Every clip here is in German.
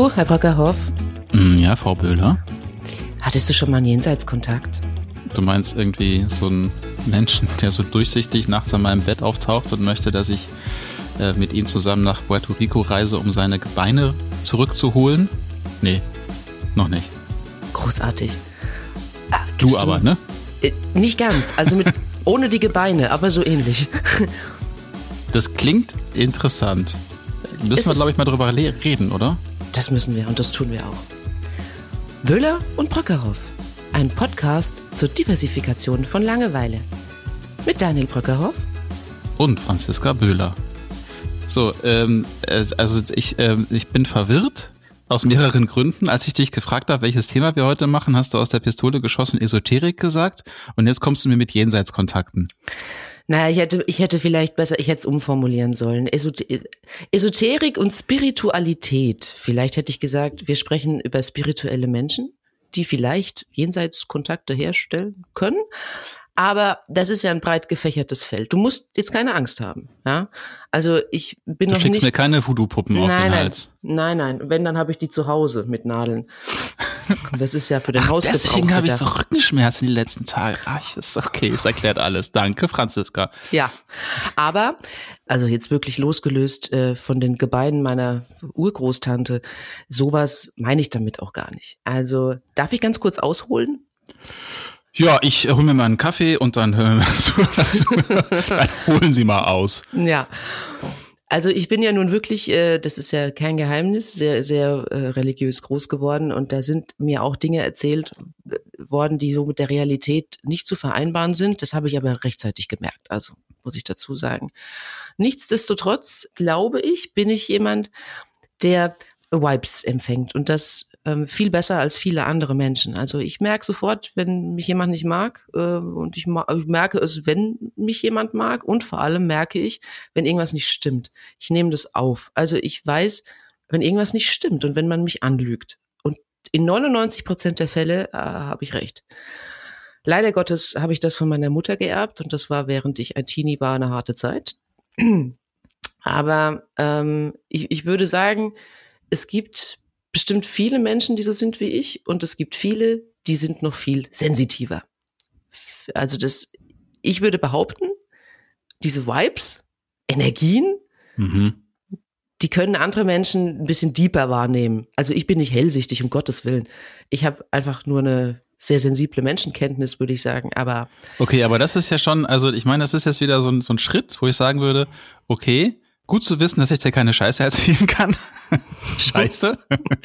Hallo, Herr Brockerhoff. Ja, Frau Böhler. Hattest du schon mal einen Jenseitskontakt? Du meinst irgendwie so einen Menschen, der so durchsichtig nachts an meinem Bett auftaucht und möchte, dass ich mit ihm zusammen nach Puerto Rico reise, um seine Gebeine zurückzuholen? Nee, noch nicht. Großartig. Du aber, ne? Nicht ganz, also ohne die Gebeine, aber so ähnlich. Das klingt interessant. Müssen wir, glaube ich, mal drüber reden, oder? Das müssen wir und das tun wir auch. Böhler und Brockerhoff. Ein Podcast zur Diversifikation von Langeweile. Mit Daniel Brockerhoff. Und Franziska Böhler. So, ich bin verwirrt aus mehreren Gründen. Als ich dich gefragt habe, welches Thema wir heute machen, hast du aus der Pistole geschossen Esoterik gesagt. Und jetzt kommst du mir mit Jenseitskontakten. Naja, ich hätte vielleicht besser, ich hätte es umformulieren sollen. Esoterik und Spiritualität. Vielleicht hätte ich gesagt, wir sprechen über spirituelle Menschen, die vielleicht Jenseitskontakte herstellen können. Aber das ist ja ein breit gefächertes Feld. Du musst jetzt keine Angst haben. Ja? Also ich bin noch nicht... Du schickst mir keine Voodoo-Puppen auf den Hals. Nein. Wenn, dann habe ich die zu Hause mit Nadeln. Das ist ja für den Hausgebrauch. Deswegen habe ich so Rückenschmerzen die letzten Tage. Ist okay, es erklärt alles. Danke, Franziska. Ja, aber, also jetzt wirklich losgelöst von den Gebeinen meiner Urgroßtante, sowas meine ich damit auch gar nicht. Also, darf ich ganz kurz ausholen? Ja, ich hole mir mal einen Kaffee und dann hören wir dann holen Sie mal aus. Ja. Also ich bin ja nun wirklich, das ist ja kein Geheimnis, sehr, sehr religiös groß geworden und da sind mir auch Dinge erzählt worden, die so mit der Realität nicht zu vereinbaren sind. Das habe ich aber rechtzeitig gemerkt, also muss ich dazu sagen. Nichtsdestotrotz, glaube ich, bin ich jemand, der Vibes empfängt und das viel besser als viele andere Menschen. Also ich merke sofort, wenn mich jemand nicht mag und ich merke es, wenn mich jemand mag und vor allem merke ich, wenn irgendwas nicht stimmt. Ich nehme das auf. Also ich weiß, wenn irgendwas nicht stimmt und wenn man mich anlügt. Und in 99% der Fälle habe ich recht. Leider Gottes habe ich das von meiner Mutter geerbt und das war, während ich ein Teenie war, eine harte Zeit. Aber ich würde sagen, es gibt bestimmt viele Menschen, die so sind wie ich und es gibt viele, die sind noch viel sensitiver. Also ich würde behaupten, diese Vibes, Energien, die können andere Menschen ein bisschen deeper wahrnehmen. Also ich bin nicht hellsichtig, um Gottes Willen. Ich habe einfach nur eine sehr sensible Menschenkenntnis, würde ich sagen, aber... Okay, aber das ist ja schon, also ich meine, das ist jetzt wieder so ein Schritt, wo ich sagen würde, okay, gut zu wissen, dass ich dir keine Scheiße erzählen kann. Scheiße.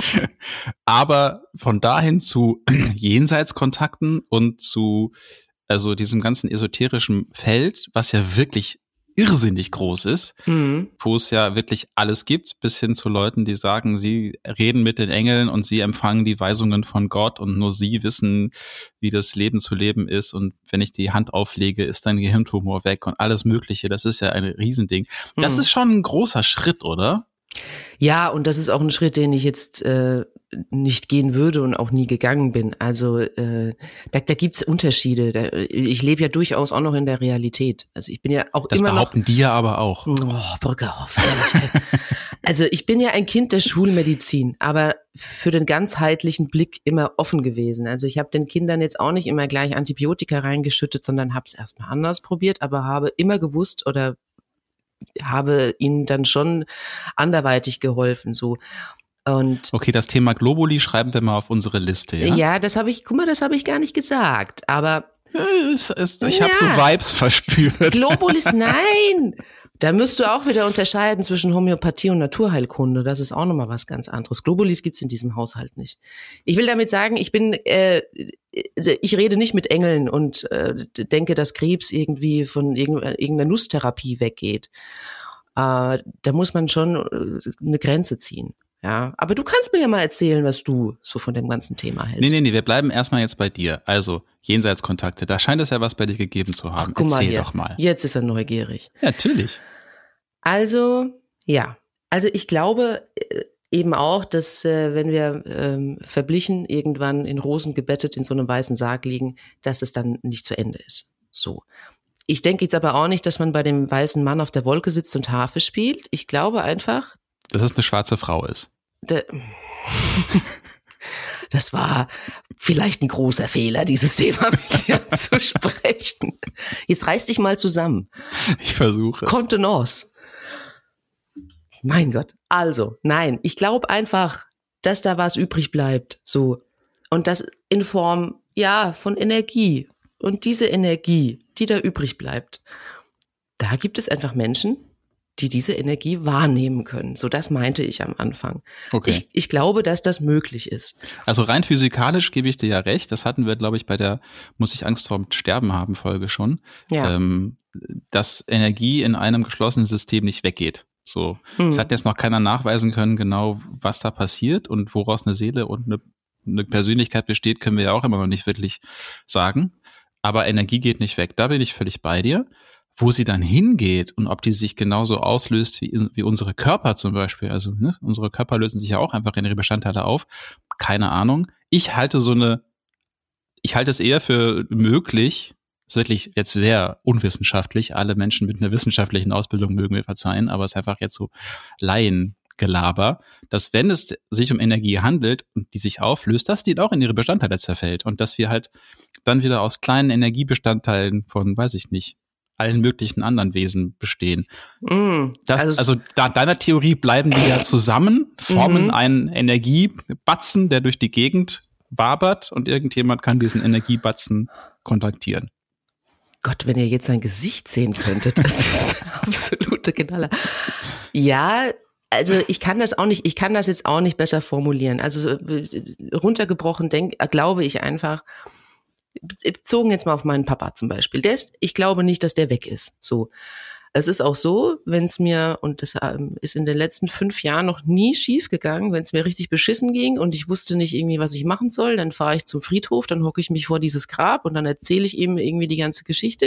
Aber von dahin zu Jenseitskontakten und zu also diesem ganzen esoterischen Feld, was ja wirklich irrsinnig groß ist, wo es ja wirklich alles gibt, bis hin zu Leuten, die sagen, sie reden mit den Engeln und sie empfangen die Weisungen von Gott und nur sie wissen, wie das Leben zu leben ist und wenn ich die Hand auflege, ist dein Gehirntumor weg und alles Mögliche. Das ist ja ein Riesending. Das ist schon ein großer Schritt, oder? Ja, und das ist auch ein Schritt, den ich jetzt nicht gehen würde und auch nie gegangen bin. Also da gibt's Unterschiede. Ich lebe ja durchaus auch noch in der Realität. Also ich bin ja auch das immer noch... Das behaupten die ja aber auch. Oh, Brockerhoff, ehrlich. Also ich bin ja ein Kind der Schulmedizin, aber für den ganzheitlichen Blick immer offen gewesen. Also ich habe den Kindern jetzt auch nicht immer gleich Antibiotika reingeschüttet, sondern habe es erstmal anders probiert, aber habe immer gewusst oder habe ihnen dann schon anderweitig geholfen, so. Und okay, das Thema Globuli schreiben wir mal auf unsere Liste, ja? Ja, das habe ich gar nicht gesagt, aber ich habe so Vibes verspürt. Globulis, nein! Da müsst du auch wieder unterscheiden zwischen Homöopathie und Naturheilkunde. Das ist auch nochmal was ganz anderes. Globulis gibt's in diesem Haushalt nicht. Ich will damit sagen, ich rede nicht mit Engeln und denke, dass Krebs irgendwie von irgendeiner Nusstherapie weggeht. Da muss man schon eine Grenze ziehen. Ja, aber du kannst mir ja mal erzählen, was du so von dem ganzen Thema hältst. Nee, wir bleiben erstmal jetzt bei dir. Also, Jenseitskontakte, da scheint es ja was bei dir gegeben zu haben. Ach, guck mal Erzähl hier. doch mal. Jetzt ist er neugierig. Ja, natürlich. Also ich glaube eben auch, dass wenn wir verblichen, irgendwann in Rosen gebettet in so einem weißen Sarg liegen, dass es dann nicht zu Ende ist. So. Ich denke jetzt aber auch nicht, dass man bei dem weißen Mann auf der Wolke sitzt und Harfe spielt. Ich glaube einfach, dass es eine schwarze Frau ist. Das war vielleicht ein großer Fehler, dieses Thema mit dir zu sprechen. Jetzt reiß dich mal zusammen. Ich versuche es. Kontenance. Mein Gott. Also, nein, ich glaube einfach, dass da was übrig bleibt, so. Und das in Form, von Energie. Und diese Energie, die da übrig bleibt, da gibt es einfach Menschen, die diese Energie wahrnehmen können. So, das meinte ich am Anfang. Okay. Ich glaube, dass das möglich ist. Also rein physikalisch gebe ich dir ja recht. Das hatten wir, glaube ich, bei der Muss ich Angst vorm Sterben haben Folge schon. Ja. Dass Energie in einem geschlossenen System nicht weggeht. So. Es hat jetzt noch keiner nachweisen können, genau was da passiert und woraus eine Seele und eine Persönlichkeit besteht, können wir ja auch immer noch nicht wirklich sagen. Aber Energie geht nicht weg. Da bin ich völlig bei dir. Wo sie dann hingeht und ob die sich genauso auslöst wie unsere Körper zum Beispiel. Also unsere Körper lösen sich ja auch einfach in ihre Bestandteile auf. Keine Ahnung. Ich halte es eher für möglich, ist wirklich jetzt sehr unwissenschaftlich. Alle Menschen mit einer wissenschaftlichen Ausbildung mögen mir verzeihen, aber es ist einfach jetzt so Laiengelaber, dass wenn es sich um Energie handelt und die sich auflöst, dass die auch in ihre Bestandteile zerfällt und dass wir halt dann wieder aus kleinen Energiebestandteilen von, weiß ich nicht, allen möglichen anderen Wesen bestehen. Also deiner Theorie bleiben die ja zusammen, formen einen Energiebatzen, der durch die Gegend wabert und irgendjemand kann diesen Energiebatzen kontaktieren. Gott, wenn ihr jetzt sein Gesicht sehen könntet, das ist absolute Knaller. Ja, also ich kann das jetzt auch nicht besser formulieren. Also runtergebrochen glaube ich einfach, bezogen jetzt mal auf meinen Papa zum Beispiel. Ich glaube nicht, dass der weg ist. So. Es ist auch so, wenn es mir, und das ist in den letzten 5 Jahren noch nie schief gegangen, wenn es mir richtig beschissen ging und ich wusste nicht irgendwie, was ich machen soll, dann fahre ich zum Friedhof, dann hocke ich mich vor dieses Grab und dann erzähle ich ihm irgendwie die ganze Geschichte.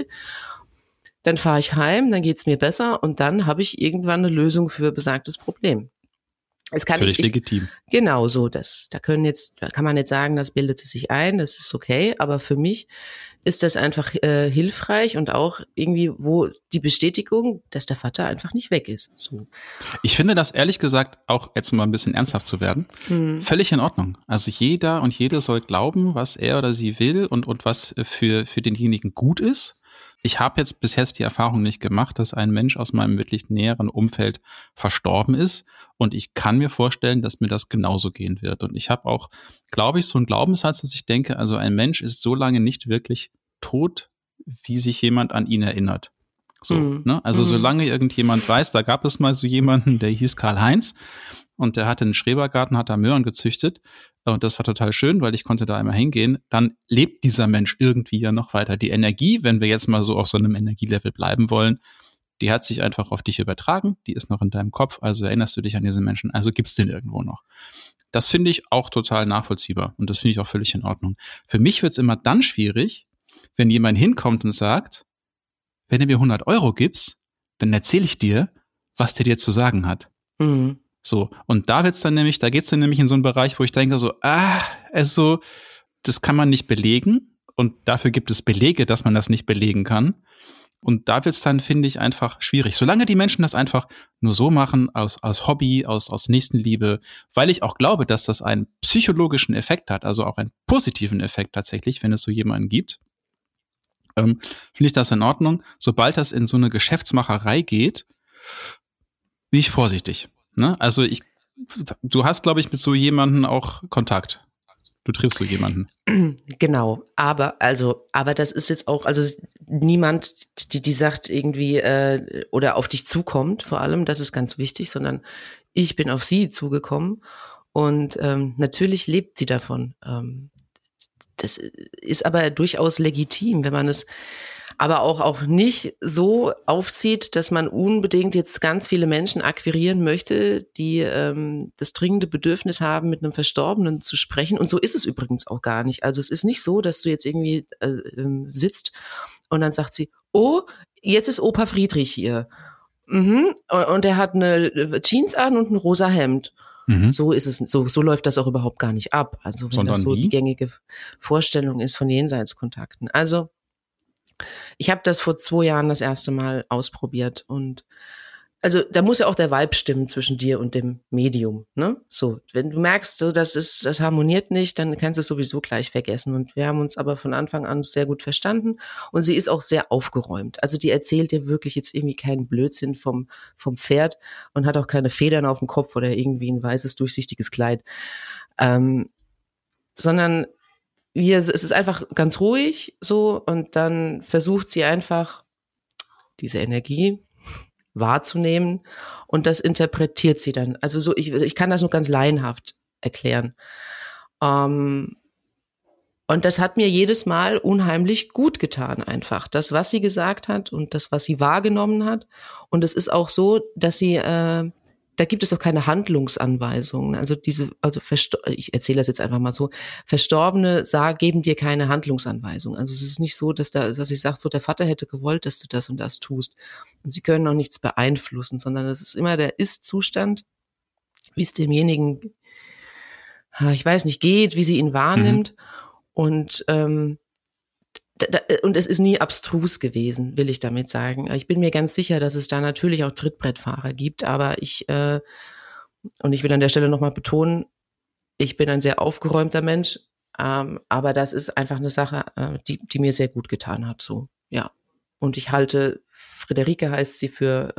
Dann fahre ich heim, dann geht's mir besser und dann habe ich irgendwann eine Lösung für besagtes Problem. Völlig legitim. Genau so, da kann man jetzt sagen, das bildet sich ein, das ist okay, aber für mich ist das einfach hilfreich und auch irgendwie die Bestätigung, dass der Vater einfach nicht weg ist. So. Ich finde das ehrlich gesagt, auch jetzt mal ein bisschen ernsthaft zu werden, völlig in Ordnung. Also jeder und jede soll glauben, was er oder sie will und was für denjenigen gut ist. Ich habe jetzt bis jetzt die Erfahrung nicht gemacht, dass ein Mensch aus meinem wirklich näheren Umfeld verstorben ist. Und ich kann mir vorstellen, dass mir das genauso gehen wird. Und ich habe auch, glaube ich, so einen Glaubenssatz, dass ich denke, also ein Mensch ist so lange nicht wirklich tot, wie sich jemand an ihn erinnert. So, ne? Also solange irgendjemand weiß, da gab es mal so jemanden, der hieß Karl-Heinz und der hatte einen Schrebergarten, hat da Möhren gezüchtet und das war total schön, weil ich konnte da einmal hingehen, dann lebt dieser Mensch irgendwie ja noch weiter. Die Energie, wenn wir jetzt mal so auf so einem Energielevel bleiben wollen, die hat sich einfach auf dich übertragen, die ist noch in deinem Kopf, also erinnerst du dich an diesen Menschen, also gibt's den irgendwo noch. Das finde ich auch total nachvollziehbar und das finde ich auch völlig in Ordnung. Für mich wird's immer dann schwierig, wenn jemand hinkommt und sagt, wenn du mir 100 € gibst, dann erzähle ich dir, was der dir zu sagen hat. So, und da geht's dann nämlich in so einen Bereich, wo ich denke so, das kann man nicht belegen und dafür gibt es Belege, dass man das nicht belegen kann. Und da wird's dann, finde ich, einfach schwierig. Solange die Menschen das einfach nur so machen, aus Hobby, aus Nächstenliebe, weil ich auch glaube, dass das einen psychologischen Effekt hat, also auch einen positiven Effekt tatsächlich, wenn es so jemanden gibt, finde ich das in Ordnung. Sobald das in so eine Geschäftsmacherei geht, bin ich vorsichtig. Ne? Also du hast, glaube ich, mit so jemanden auch Kontakt. Du triffst so jemanden. Genau, aber das ist jetzt auch, also niemand, die sagt irgendwie oder auf dich zukommt, vor allem, das ist ganz wichtig, sondern ich bin auf sie zugekommen und natürlich lebt sie davon. Das ist aber durchaus legitim, wenn man es aber auch nicht so aufzieht, dass man unbedingt jetzt ganz viele Menschen akquirieren möchte, die das dringende Bedürfnis haben, mit einem Verstorbenen zu sprechen. Und so ist es übrigens auch gar nicht. Also es ist nicht so, dass du jetzt irgendwie sitzt und dann sagt sie, oh, jetzt ist Opa Friedrich hier. Und er hat eine Jeans an und ein rosa Hemd. So ist es, so läuft das auch überhaupt gar nicht ab. Also wenn Sondern das so wie? die gängige Vorstellung ist von Jenseitskontakten. Also ich habe das vor 2 Jahren das erste Mal ausprobiert und also da muss ja auch der Vibe stimmen zwischen dir und dem Medium, ne? So, wenn du merkst, so das harmoniert nicht, dann kannst du es sowieso gleich vergessen. Und wir haben uns aber von Anfang an sehr gut verstanden und sie ist auch sehr aufgeräumt. Also die erzählt dir wirklich jetzt irgendwie keinen Blödsinn vom Pferd und hat auch keine Federn auf dem Kopf oder irgendwie ein weißes durchsichtiges Kleid, sondern es ist einfach ganz ruhig so und dann versucht sie einfach diese Energie wahrzunehmen und das interpretiert sie dann. Also so, ich kann das nur ganz laienhaft erklären. Und das hat mir jedes Mal unheimlich gut getan einfach. Das, was sie gesagt hat und das, was sie wahrgenommen hat. Und es ist auch so, dass sie, da gibt es auch keine Handlungsanweisungen. Also ich erzähle das jetzt einfach mal so, Verstorbene geben dir keine Handlungsanweisungen. Also es ist nicht so, dass ich sage, so der Vater hätte gewollt, dass du das und das tust. Und sie können auch nichts beeinflussen, sondern es ist immer der Ist-Zustand, wie es demjenigen, ich weiß nicht, geht, wie sie ihn wahrnimmt. Und und es ist nie abstrus gewesen, will ich damit sagen. Ich bin mir ganz sicher, dass es da natürlich auch Trittbrettfahrer gibt, aber und ich will an der Stelle nochmal betonen, ich bin ein sehr aufgeräumter Mensch, aber das ist einfach eine Sache, die mir sehr gut getan hat, so, ja. Und ich halte, Friederike heißt sie, für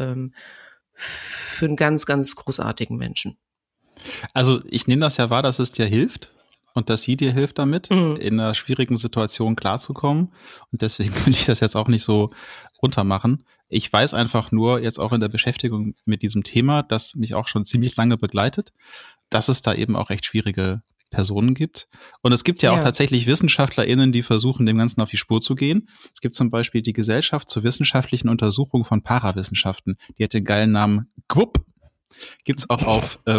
einen ganz, ganz großartigen Menschen. Also ich nehme das ja wahr, dass es dir hilft. Und dass sie dir hilft damit, in einer schwierigen Situation klarzukommen. Und deswegen will ich das jetzt auch nicht so runtermachen. Ich weiß einfach nur, jetzt auch in der Beschäftigung mit diesem Thema, das mich auch schon ziemlich lange begleitet, dass es da eben auch recht schwierige Personen gibt. Und es gibt ja auch tatsächlich WissenschaftlerInnen, die versuchen, dem Ganzen auf die Spur zu gehen. Es gibt zum Beispiel die Gesellschaft zur wissenschaftlichen Untersuchung von Parawissenschaften. Die hat den geilen Namen GWUP. Gibt's auch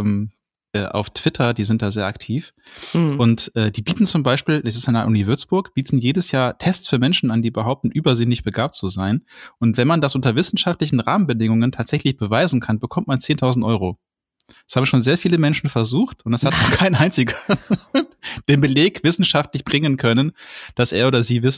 auf Twitter, die sind da sehr aktiv. Und die bieten zum Beispiel, das ist an der Uni Würzburg, bieten jedes Jahr Tests für Menschen an, die behaupten, übersinnlich begabt zu sein. Und wenn man das unter wissenschaftlichen Rahmenbedingungen tatsächlich beweisen kann, bekommt man 10.000 €. Das haben schon sehr viele Menschen versucht und das hat noch kein einziger den Beleg wissenschaftlich bringen können, dass er oder sie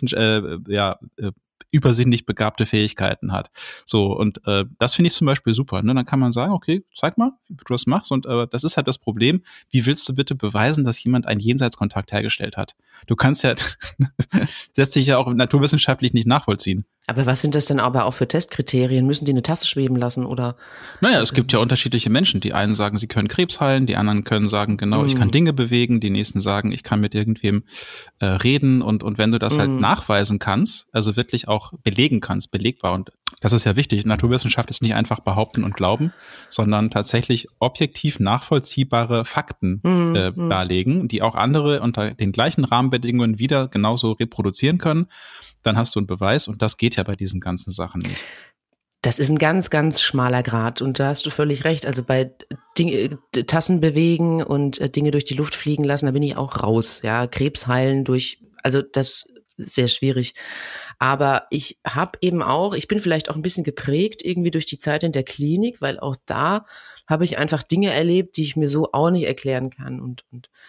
übersinnlich begabte Fähigkeiten hat. So, und das finde ich zum Beispiel super. Ne? Dann kann man sagen, okay, zeig mal, wie du das machst. Und das ist halt das Problem. Wie willst du bitte beweisen, dass jemand einen Jenseitskontakt hergestellt hat? Du kannst ja, lässt sich ja auch naturwissenschaftlich nicht nachvollziehen. Aber was sind das denn aber auch für Testkriterien? Müssen die eine Tasse schweben lassen oder? Naja, es gibt ja unterschiedliche Menschen. Die einen sagen, sie können Krebs heilen, die anderen können sagen, genau, ich kann Dinge bewegen, die nächsten sagen, ich kann mit irgendwem reden und wenn du das halt nachweisen kannst, also wirklich auch belegen kannst, belegbar, und das ist ja wichtig. Naturwissenschaft ist nicht einfach behaupten und glauben, sondern tatsächlich objektiv nachvollziehbare Fakten darlegen, die auch andere unter den gleichen Rahmenbedingungen wieder genauso reproduzieren können. Dann hast du einen Beweis und das geht ja bei diesen ganzen Sachen nicht. Das ist ein ganz, ganz schmaler Grat und da hast du völlig recht. Also bei Tassen bewegen und Dinge durch die Luft fliegen lassen, da bin ich auch raus. Ja, Krebs heilen also das ist sehr schwierig. Aber ich bin vielleicht auch ein bisschen geprägt irgendwie durch die Zeit in der Klinik, weil auch da habe ich einfach Dinge erlebt, die ich mir so auch nicht erklären kann und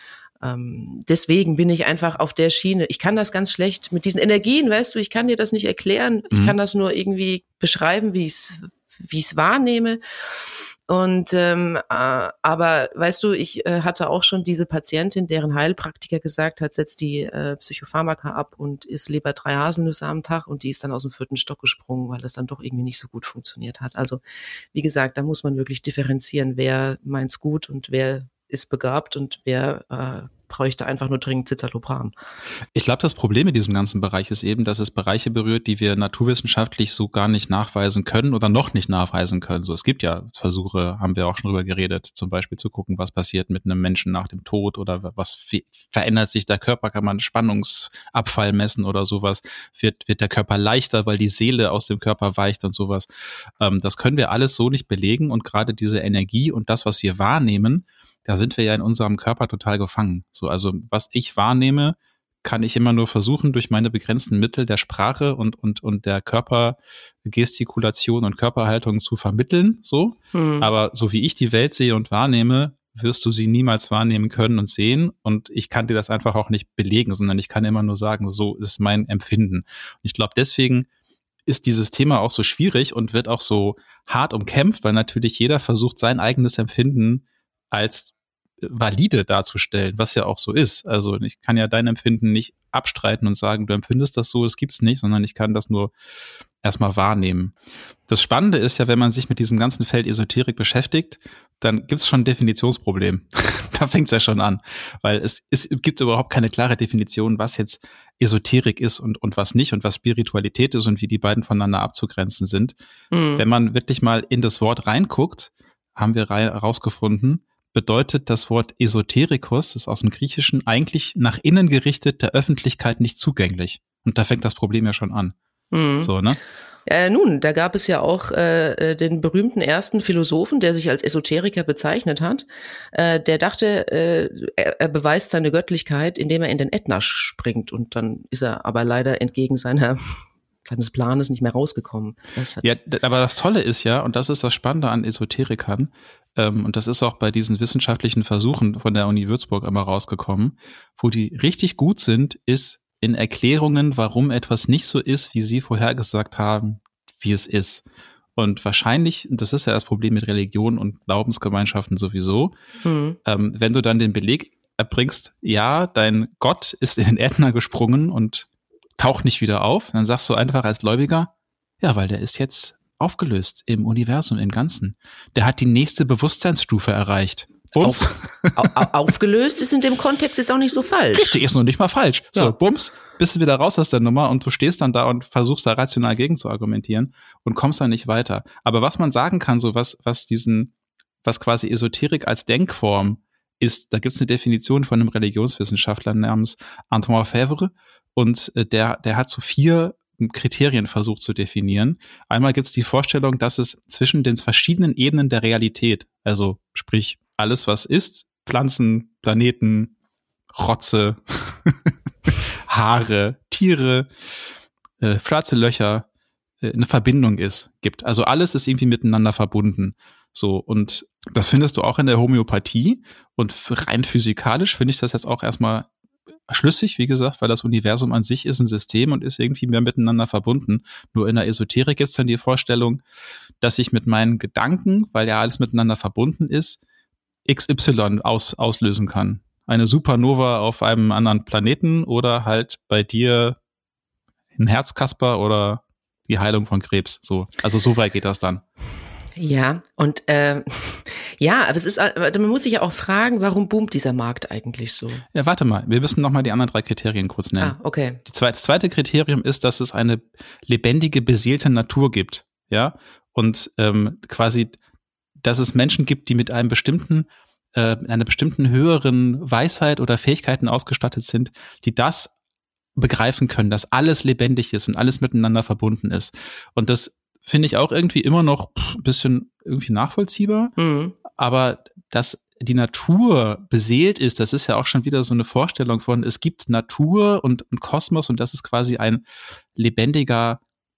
deswegen bin ich einfach auf der Schiene. Ich kann das ganz schlecht mit diesen Energien, weißt du, ich kann dir das nicht erklären. Ich kann das nur irgendwie beschreiben, wie ich es wahrnehme. Und aber weißt du, ich hatte auch schon diese Patientin, deren Heilpraktiker gesagt hat, setz die Psychopharmaka ab und isst lieber 3 Haselnüsse am Tag, und die ist dann aus dem 4. Stock gesprungen, weil das dann doch irgendwie nicht so gut funktioniert hat. Also wie gesagt, da muss man wirklich differenzieren, wer meint's gut und wer ist begabt und wer bräuchte einfach nur dringend Citalopram. Ich glaube, das Problem in diesem ganzen Bereich ist eben, dass es Bereiche berührt, die wir naturwissenschaftlich so gar nicht nachweisen können oder noch nicht nachweisen können. So, es gibt ja Versuche, haben wir auch schon drüber geredet, zum Beispiel zu gucken, was passiert mit einem Menschen nach dem Tod oder verändert sich der Körper, kann man Spannungsabfall messen oder sowas, wird der Körper leichter, weil die Seele aus dem Körper weicht und sowas. Das können wir alles so nicht belegen, und gerade diese Energie und das, was wir wahrnehmen, da sind wir ja in unserem Körper total gefangen. So, also was ich wahrnehme, kann ich immer nur versuchen, durch meine begrenzten Mittel der Sprache und der Körpergestikulation und Körperhaltung zu vermitteln. So, aber so wie ich die Welt sehe und wahrnehme, wirst du sie niemals wahrnehmen können und sehen. Und ich kann dir das einfach auch nicht belegen, sondern ich kann immer nur sagen, so ist mein Empfinden. Und ich glaube, deswegen ist dieses Thema auch so schwierig und wird auch so hart umkämpft, weil natürlich jeder versucht, sein eigenes Empfinden als valide darzustellen, was ja auch so ist. Also ich kann ja dein Empfinden nicht abstreiten und sagen, du empfindest das so, das gibt's nicht, sondern ich kann das nur erstmal wahrnehmen. Das Spannende ist ja, wenn man sich mit diesem ganzen Feld Esoterik beschäftigt, dann gibt's schon ein Definitionsproblem. Da fängt's ja schon an, weil es gibt überhaupt keine klare Definition, was jetzt Esoterik ist und was nicht und was Spiritualität ist und wie die beiden voneinander abzugrenzen sind. Wenn man wirklich mal in das Wort reinguckt, haben wir rausgefunden, bedeutet das Wort Esoterikos, ist aus dem Griechischen, eigentlich nach innen gerichtet, der Öffentlichkeit nicht zugänglich. Und da fängt das Problem ja schon an. So, ne? Nun, da gab es ja auch den berühmten ersten Philosophen, der sich als Esoteriker bezeichnet hat. Der dachte, er beweist seine Göttlichkeit, indem er in den Ätna springt. Und dann ist er aber leider entgegen seines Planes nicht mehr rausgekommen. Ja, aber das Tolle ist ja, und das ist das Spannende an Esoterikern, und das ist auch bei diesen wissenschaftlichen Versuchen von der Uni Würzburg immer rausgekommen, wo die richtig gut sind, ist in Erklärungen, warum etwas nicht so ist, wie sie vorhergesagt haben, wie es ist. Und wahrscheinlich, das ist ja das Problem mit Religion und Glaubensgemeinschaften sowieso, wenn du dann den Beleg erbringst, ja, dein Gott ist in den Ätna gesprungen und taucht nicht wieder auf, dann sagst du einfach als Gläubiger, ja, weil der ist jetzt aufgelöst im Universum im Ganzen. Der hat die nächste Bewusstseinsstufe erreicht. Bums. Aufgelöst ist in dem Kontext jetzt auch nicht so falsch. Richtig, ist noch nicht mal falsch. So, ja. Bums, bist du wieder raus aus der Nummer und du stehst dann da und versuchst da rational gegen zu argumentieren und kommst dann nicht weiter. Aber was man sagen kann, so was quasi Esoterik als Denkform ist, da gibt's eine Definition von einem Religionswissenschaftler namens Antoine Fèvre und der hat so 4 Kriterien versucht zu definieren. Einmal gibt's die Vorstellung, dass es zwischen den verschiedenen Ebenen der Realität, also sprich alles, was ist, Pflanzen, Planeten, Rotze, Haare, Tiere, schwarze Löcher, eine Verbindung gibt. Also alles ist irgendwie miteinander verbunden. So, und das findest du auch in der Homöopathie. Und rein physikalisch finde ich das jetzt auch erstmal schlüssig, wie gesagt, weil das Universum an sich ist ein System und ist irgendwie mehr miteinander verbunden. Nur in der Esoterik gibt es dann die Vorstellung, dass ich mit meinen Gedanken, weil ja alles miteinander verbunden ist, XY auslösen kann. Eine Supernova auf einem anderen Planeten oder halt bei dir ein Herzkasper oder die Heilung von Krebs. So, also so weit geht das dann. Ja, und ja, aber man muss sich ja auch fragen, warum boomt dieser Markt eigentlich so? Ja, warte mal, wir müssen nochmal die anderen 3 Kriterien kurz nennen. Okay. Das zweite Kriterium ist, dass es eine lebendige, beseelte Natur gibt, ja, und quasi, dass es Menschen gibt, die mit einer bestimmten höheren Weisheit oder Fähigkeiten ausgestattet sind, die das begreifen können, dass alles lebendig ist und alles miteinander verbunden ist. Und das finde ich auch irgendwie immer noch ein bisschen irgendwie nachvollziehbar. Aber dass die Natur beseelt ist, das ist ja auch schon wieder so eine Vorstellung von, es gibt Natur und Kosmos und das ist quasi ein lebendiges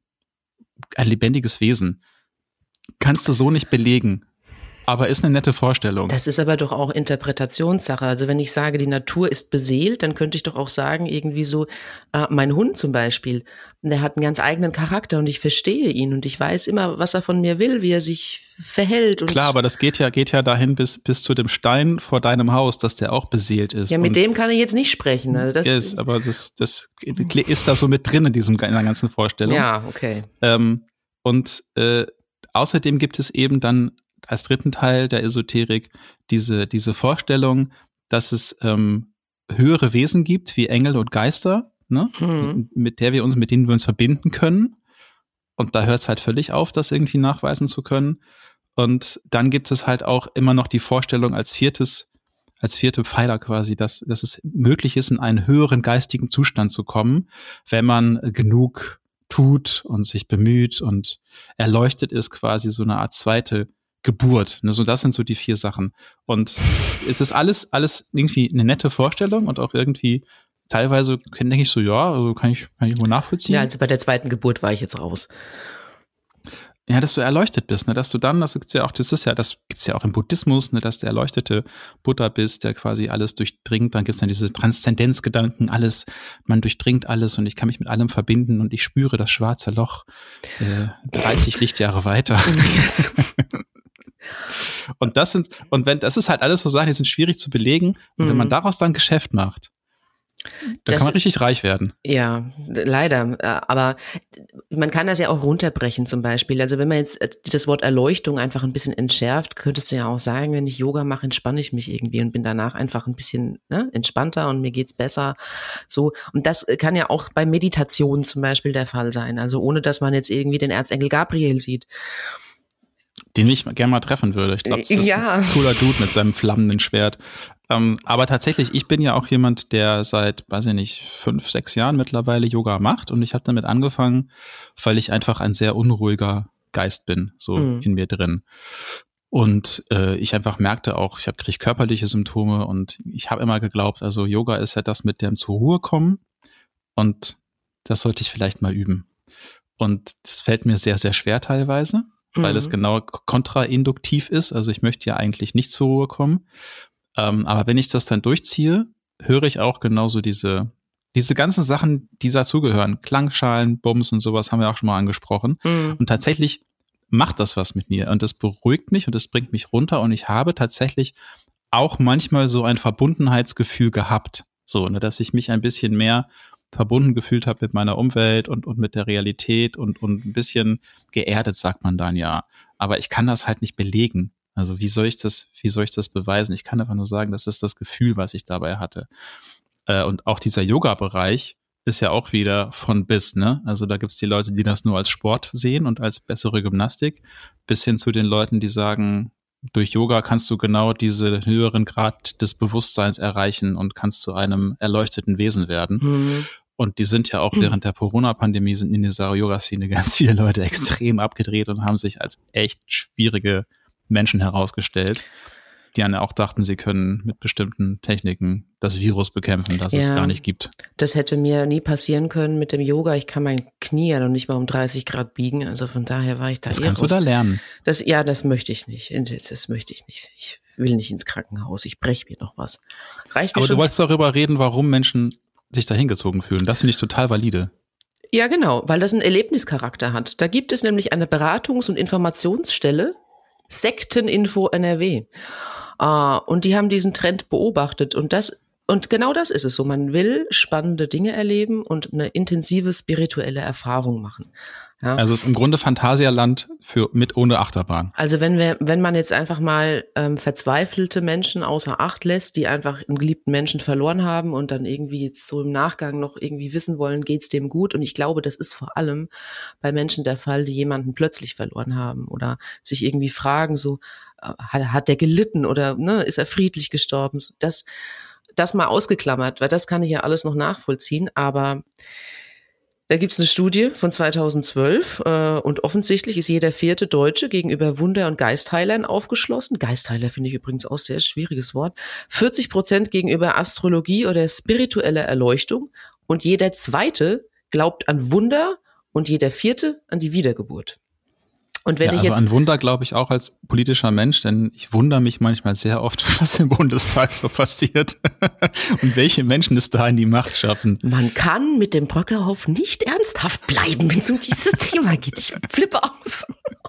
Wesen. Kannst du so nicht belegen. Aber ist eine nette Vorstellung. Das ist aber doch auch Interpretationssache. Also wenn ich sage, die Natur ist beseelt, dann könnte ich doch auch sagen, irgendwie so, mein Hund zum Beispiel, der hat einen ganz eigenen Charakter und ich verstehe ihn und ich weiß immer, was er von mir will, wie er sich verhält. Und klar, aber das geht ja dahin bis zu dem Stein vor deinem Haus, dass der auch beseelt ist. Ja, mit dem kann ich jetzt nicht sprechen. Also das aber das ist da so mit drin in der ganzen Vorstellung. Ja, okay. Außerdem gibt es eben dann als dritten Teil der Esoterik diese Vorstellung, dass es höhere Wesen gibt, wie Engel und Geister, ne? mit denen wir uns verbinden können. Und da hört es halt völlig auf, das irgendwie nachweisen zu können. Und dann gibt es halt auch immer noch die Vorstellung als vierte Pfeiler quasi, dass es möglich ist, in einen höheren geistigen Zustand zu kommen, wenn man genug tut und sich bemüht und erleuchtet ist, quasi so eine Art zweite Geburt. Ne, so das sind so die 4 Sachen. Und es ist alles irgendwie eine nette Vorstellung und auch irgendwie teilweise denke ich so, ja, also kann ich wohl nachvollziehen. Ja, also bei der zweiten Geburt war ich jetzt raus. Ja, dass du erleuchtet bist, ne, dass du dann, das gibt's ja auch im Buddhismus, ne, dass der erleuchtete Buddha bist, der quasi alles durchdringt. Dann gibt's dann diese Transzendenzgedanken, man durchdringt alles und ich kann mich mit allem verbinden und ich spüre das schwarze Loch 30 Lichtjahre weiter. Und das ist halt alles so Sachen, die sind schwierig zu belegen. Und wenn man daraus dann Geschäft macht, dann kann man richtig reich werden. Ja, leider. Aber man kann das ja auch runterbrechen zum Beispiel. Also wenn man jetzt das Wort Erleuchtung einfach ein bisschen entschärft, könntest du ja auch sagen, wenn ich Yoga mache, entspanne ich mich irgendwie und bin danach einfach ein bisschen entspannter und mir geht's besser. So. Und das kann ja auch bei Meditation zum Beispiel der Fall sein. Also ohne, dass man jetzt irgendwie den Erzengel Gabriel sieht. Den ich gerne mal treffen würde. Ich glaube, das ist ein cooler Dude mit seinem flammenden Schwert. Aber tatsächlich, ich bin ja auch jemand, der seit, 5, 6 Jahren mittlerweile Yoga macht. Und ich habe damit angefangen, weil ich einfach ein sehr unruhiger Geist bin, so in mir drin. Und ich einfach merkte auch, kriege körperliche Symptome und ich habe immer geglaubt, also Yoga ist ja das mit dem zur Ruhe kommen. Und das sollte ich vielleicht mal üben. Und das fällt mir sehr, sehr schwer teilweise, weil es genau kontrainduktiv ist. Also ich möchte ja eigentlich nicht zur Ruhe kommen. Aber wenn ich das dann durchziehe, höre ich auch genauso diese ganzen Sachen, die dazugehören. Klangschalen, Bums und sowas haben wir auch schon mal angesprochen. Und tatsächlich macht das was mit mir. Und das beruhigt mich und das bringt mich runter. Und ich habe tatsächlich auch manchmal so ein Verbundenheitsgefühl gehabt. So, ne, dass ich mich ein bisschen mehr verbunden gefühlt habe mit meiner Umwelt und mit der Realität und ein bisschen geerdet, sagt man dann ja. Aber ich kann das halt nicht belegen. Also wie soll ich das beweisen? Ich kann einfach nur sagen, das ist das Gefühl, was ich dabei hatte. Und auch dieser Yoga-Bereich ist ja auch wieder von bis, ne? Also da gibt's die Leute, die das nur als Sport sehen und als bessere Gymnastik, bis hin zu den Leuten, die sagen, durch Yoga kannst du genau diesen höheren Grad des Bewusstseins erreichen und kannst zu einem erleuchteten Wesen werden. Und die sind ja auch während der Corona-Pandemie sind in dieser Yoga-Szene ganz viele Leute extrem abgedreht und haben sich als echt schwierige Menschen herausgestellt, die dann auch dachten, sie können mit bestimmten Techniken das Virus bekämpfen, das es gar nicht gibt. Das hätte mir nie passieren können mit dem Yoga. Ich kann mein Knie ja noch nicht mal um 30 Grad biegen. Also von daher war ich da Das kannst du da lernen. Das möchte ich nicht. Das möchte ich nicht. Ich will nicht ins Krankenhaus. Ich breche mir noch was. Reicht mir Aber schon. du wolltest darüber reden, warum Menschen sich da hingezogen fühlen. Das finde ich total valide. Ja, genau, weil das einen Erlebnischarakter hat. Da gibt es nämlich eine Beratungs- und Informationsstelle, Sekteninfo NRW. Und die haben diesen Trend beobachtet und genau das ist es so. Man will spannende Dinge erleben und eine intensive spirituelle Erfahrung machen. Ja. Also es ist im Grunde Phantasialand mit ohne Achterbahn. Also wenn man jetzt einfach mal verzweifelte Menschen außer Acht lässt, die einfach einen geliebten Menschen verloren haben und dann irgendwie jetzt so im Nachgang noch irgendwie wissen wollen, geht's dem gut? Und ich glaube, das ist vor allem bei Menschen der Fall, die jemanden plötzlich verloren haben oder sich irgendwie fragen, so hat der gelitten oder ist er friedlich gestorben? Das mal ausgeklammert, weil das kann ich ja alles noch nachvollziehen, aber da gibt's eine Studie von 2012 und offensichtlich ist jeder 4. Deutsche gegenüber Wunder- und Geistheilern aufgeschlossen. Geistheiler finde ich übrigens auch sehr schwieriges Wort. 40% gegenüber Astrologie oder spiritueller Erleuchtung und jeder 2. glaubt an Wunder und jeder 4. an die Wiedergeburt. Und wenn an Wunder glaube ich auch als politischer Mensch, denn ich wundere mich manchmal sehr oft, was im Bundestag so passiert und welche Menschen es da in die Macht schaffen. Man kann mit dem Bröckerhoff nicht ernsthaft bleiben, wenn es um dieses Thema geht. Ich flippe aus.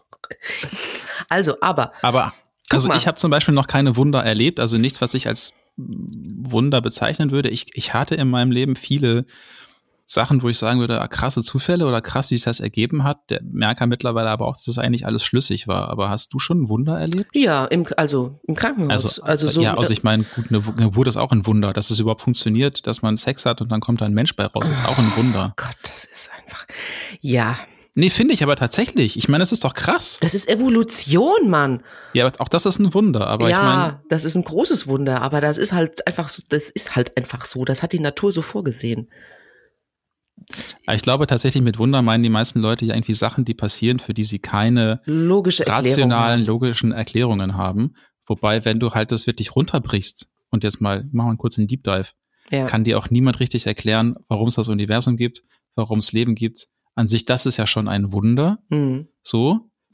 Aber ich habe zum Beispiel noch keine Wunder erlebt, also nichts, was ich als Wunder bezeichnen würde. Ich hatte in meinem Leben viele Sachen, wo ich sagen würde, krasse Zufälle oder krass, wie es das ergeben hat. Der Merker mittlerweile aber auch, dass das eigentlich alles schlüssig war. Aber hast du schon ein Wunder erlebt? Ja, im Krankenhaus. Ich meine, gut, eine Geburt ist auch ein Wunder, dass es überhaupt funktioniert, dass man Sex hat und dann kommt da ein Mensch bei raus, ist auch ein Wunder. Oh Gott, das ist einfach, ja. Nee, finde ich aber tatsächlich. Ich meine, das ist doch krass. Das ist Evolution, Mann. Ja, auch das ist ein Wunder. Aber ja, ich meine, das ist ein großes Wunder, aber das ist halt einfach so. Das hat die Natur so vorgesehen. Ich glaube tatsächlich, mit Wunder meinen die meisten Leute ja irgendwie Sachen, die passieren, für die sie keine logischen Erklärungen haben. Wobei, wenn du halt das wirklich runterbrichst und jetzt machen wir einen kurzen Deep Dive, kann dir auch niemand richtig erklären, warum es das Universum gibt, warum es Leben gibt. An sich, das ist ja schon ein Wunder. So.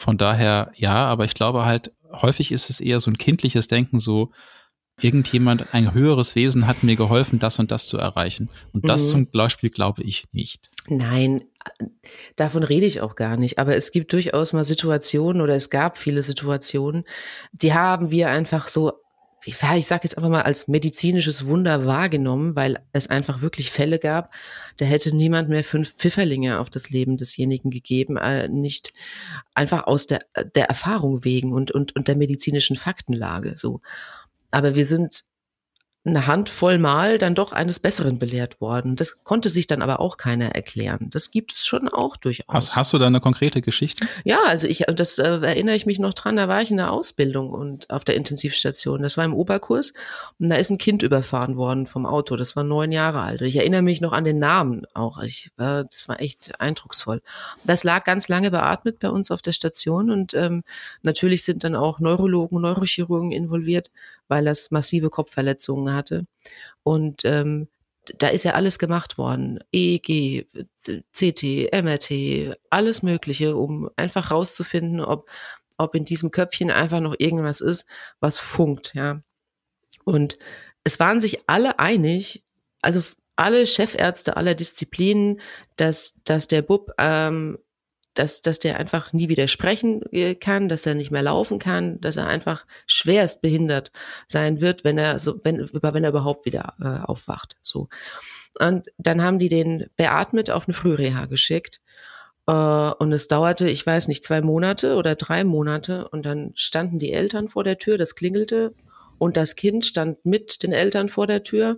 Von daher, ja, aber ich glaube halt, häufig ist es eher so ein kindliches Denken, so irgendjemand, ein höheres Wesen hat mir geholfen, das und das zu erreichen. Und das zum Beispiel glaube ich nicht. Nein, davon rede ich auch gar nicht. Aber es gibt durchaus mal Situationen oder es gab viele Situationen, die haben wir einfach so, ich sage jetzt einfach mal als medizinisches Wunder wahrgenommen, weil es einfach wirklich Fälle gab, da hätte niemand mehr 5 Pfifferlinge auf das Leben desjenigen gegeben, nicht einfach aus der Erfahrung wegen und der medizinischen Faktenlage so. Aber wir sind eine Handvoll Mal dann doch eines Besseren belehrt worden. Das konnte sich dann aber auch keiner erklären. Das gibt es schon auch durchaus. Hast du da eine konkrete Geschichte? Ja, also das erinnere ich mich noch dran, da war ich in der Ausbildung und auf der Intensivstation. Das war im Oberkurs und da ist ein Kind überfahren worden vom Auto. Das war 9 Jahre alt. Ich erinnere mich noch an den Namen auch. Das war echt eindrucksvoll. Das lag ganz lange beatmet bei uns auf der Station und natürlich sind dann auch Neurologen, Neurochirurgen involviert, weil das massive Kopfverletzungen hatte. Und da ist ja alles gemacht worden. EEG, CT, MRT, alles Mögliche, um einfach rauszufinden, ob in diesem Köpfchen einfach noch irgendwas ist, was funkt, ja. Und es waren sich alle einig, also alle Chefärzte aller Disziplinen, dass der Bub dass der einfach nie wieder sprechen kann, dass er nicht mehr laufen kann, dass er einfach schwerst behindert sein wird, wenn er überhaupt wieder aufwacht. So. Und dann haben die den beatmet auf eine Frühreha geschickt. Und es dauerte, ich weiß nicht, 2 Monate oder 3 Monate. Und dann standen die Eltern vor der Tür, das klingelte. Und das Kind stand mit den Eltern vor der Tür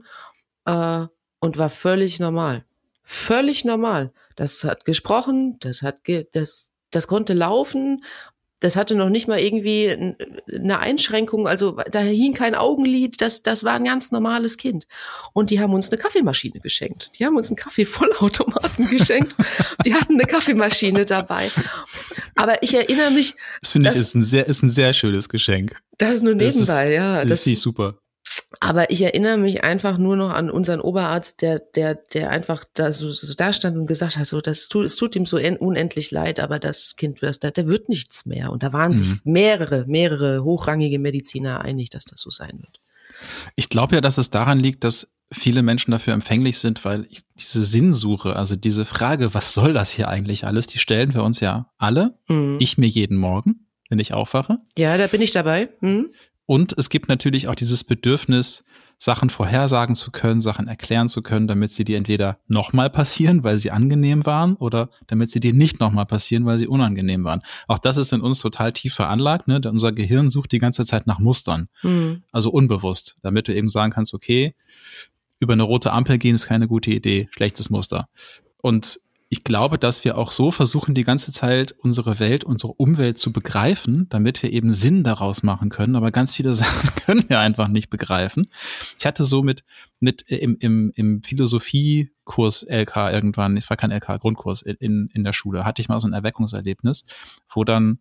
und war völlig normal. Völlig normal. Das hat gesprochen, das konnte laufen, das hatte noch nicht mal irgendwie eine Einschränkung, also da hing kein Augenlid, das war ein ganz normales Kind. Und die haben uns eine Kaffeemaschine geschenkt. Die haben uns einen Kaffeevollautomaten geschenkt. Die hatten eine Kaffeemaschine dabei. Aber ich erinnere mich. Das finde ich ist ein sehr schönes Geschenk. Das ist nur nebenbei, ja. Das ist super. Aber ich erinnere mich einfach nur noch an unseren Oberarzt, der einfach da so da stand und gesagt hat, so, es tut ihm so unendlich leid, aber das Kind, der wird nichts mehr. Und da waren sich mehrere hochrangige Mediziner einig, dass das so sein wird. Ich glaube ja, dass es daran liegt, dass viele Menschen dafür empfänglich sind, weil diese Sinnsuche, also diese Frage, was soll das hier eigentlich alles, die stellen wir uns ja alle. Ich mir jeden Morgen, wenn ich aufwache. Ja, da bin ich dabei. Und es gibt natürlich auch dieses Bedürfnis, Sachen vorhersagen zu können, Sachen erklären zu können, damit sie dir entweder nochmal passieren, weil sie angenehm waren, oder damit sie dir nicht nochmal passieren, weil sie unangenehm waren. Auch das ist in uns total tief veranlagt, ne? Unser Gehirn sucht die ganze Zeit nach Mustern, also unbewusst, damit du eben sagen kannst, okay, über eine rote Ampel gehen ist keine gute Idee, schlechtes Muster. Und ich glaube, dass wir auch so versuchen, die ganze Zeit unsere Welt, unsere Umwelt zu begreifen, damit wir eben Sinn daraus machen können. Aber ganz viele Sachen können wir einfach nicht begreifen. Ich hatte so mit im Philosophiekurs LK irgendwann, es war kein LK, Grundkurs in der Schule, hatte ich mal so ein Erweckungserlebnis, wo dann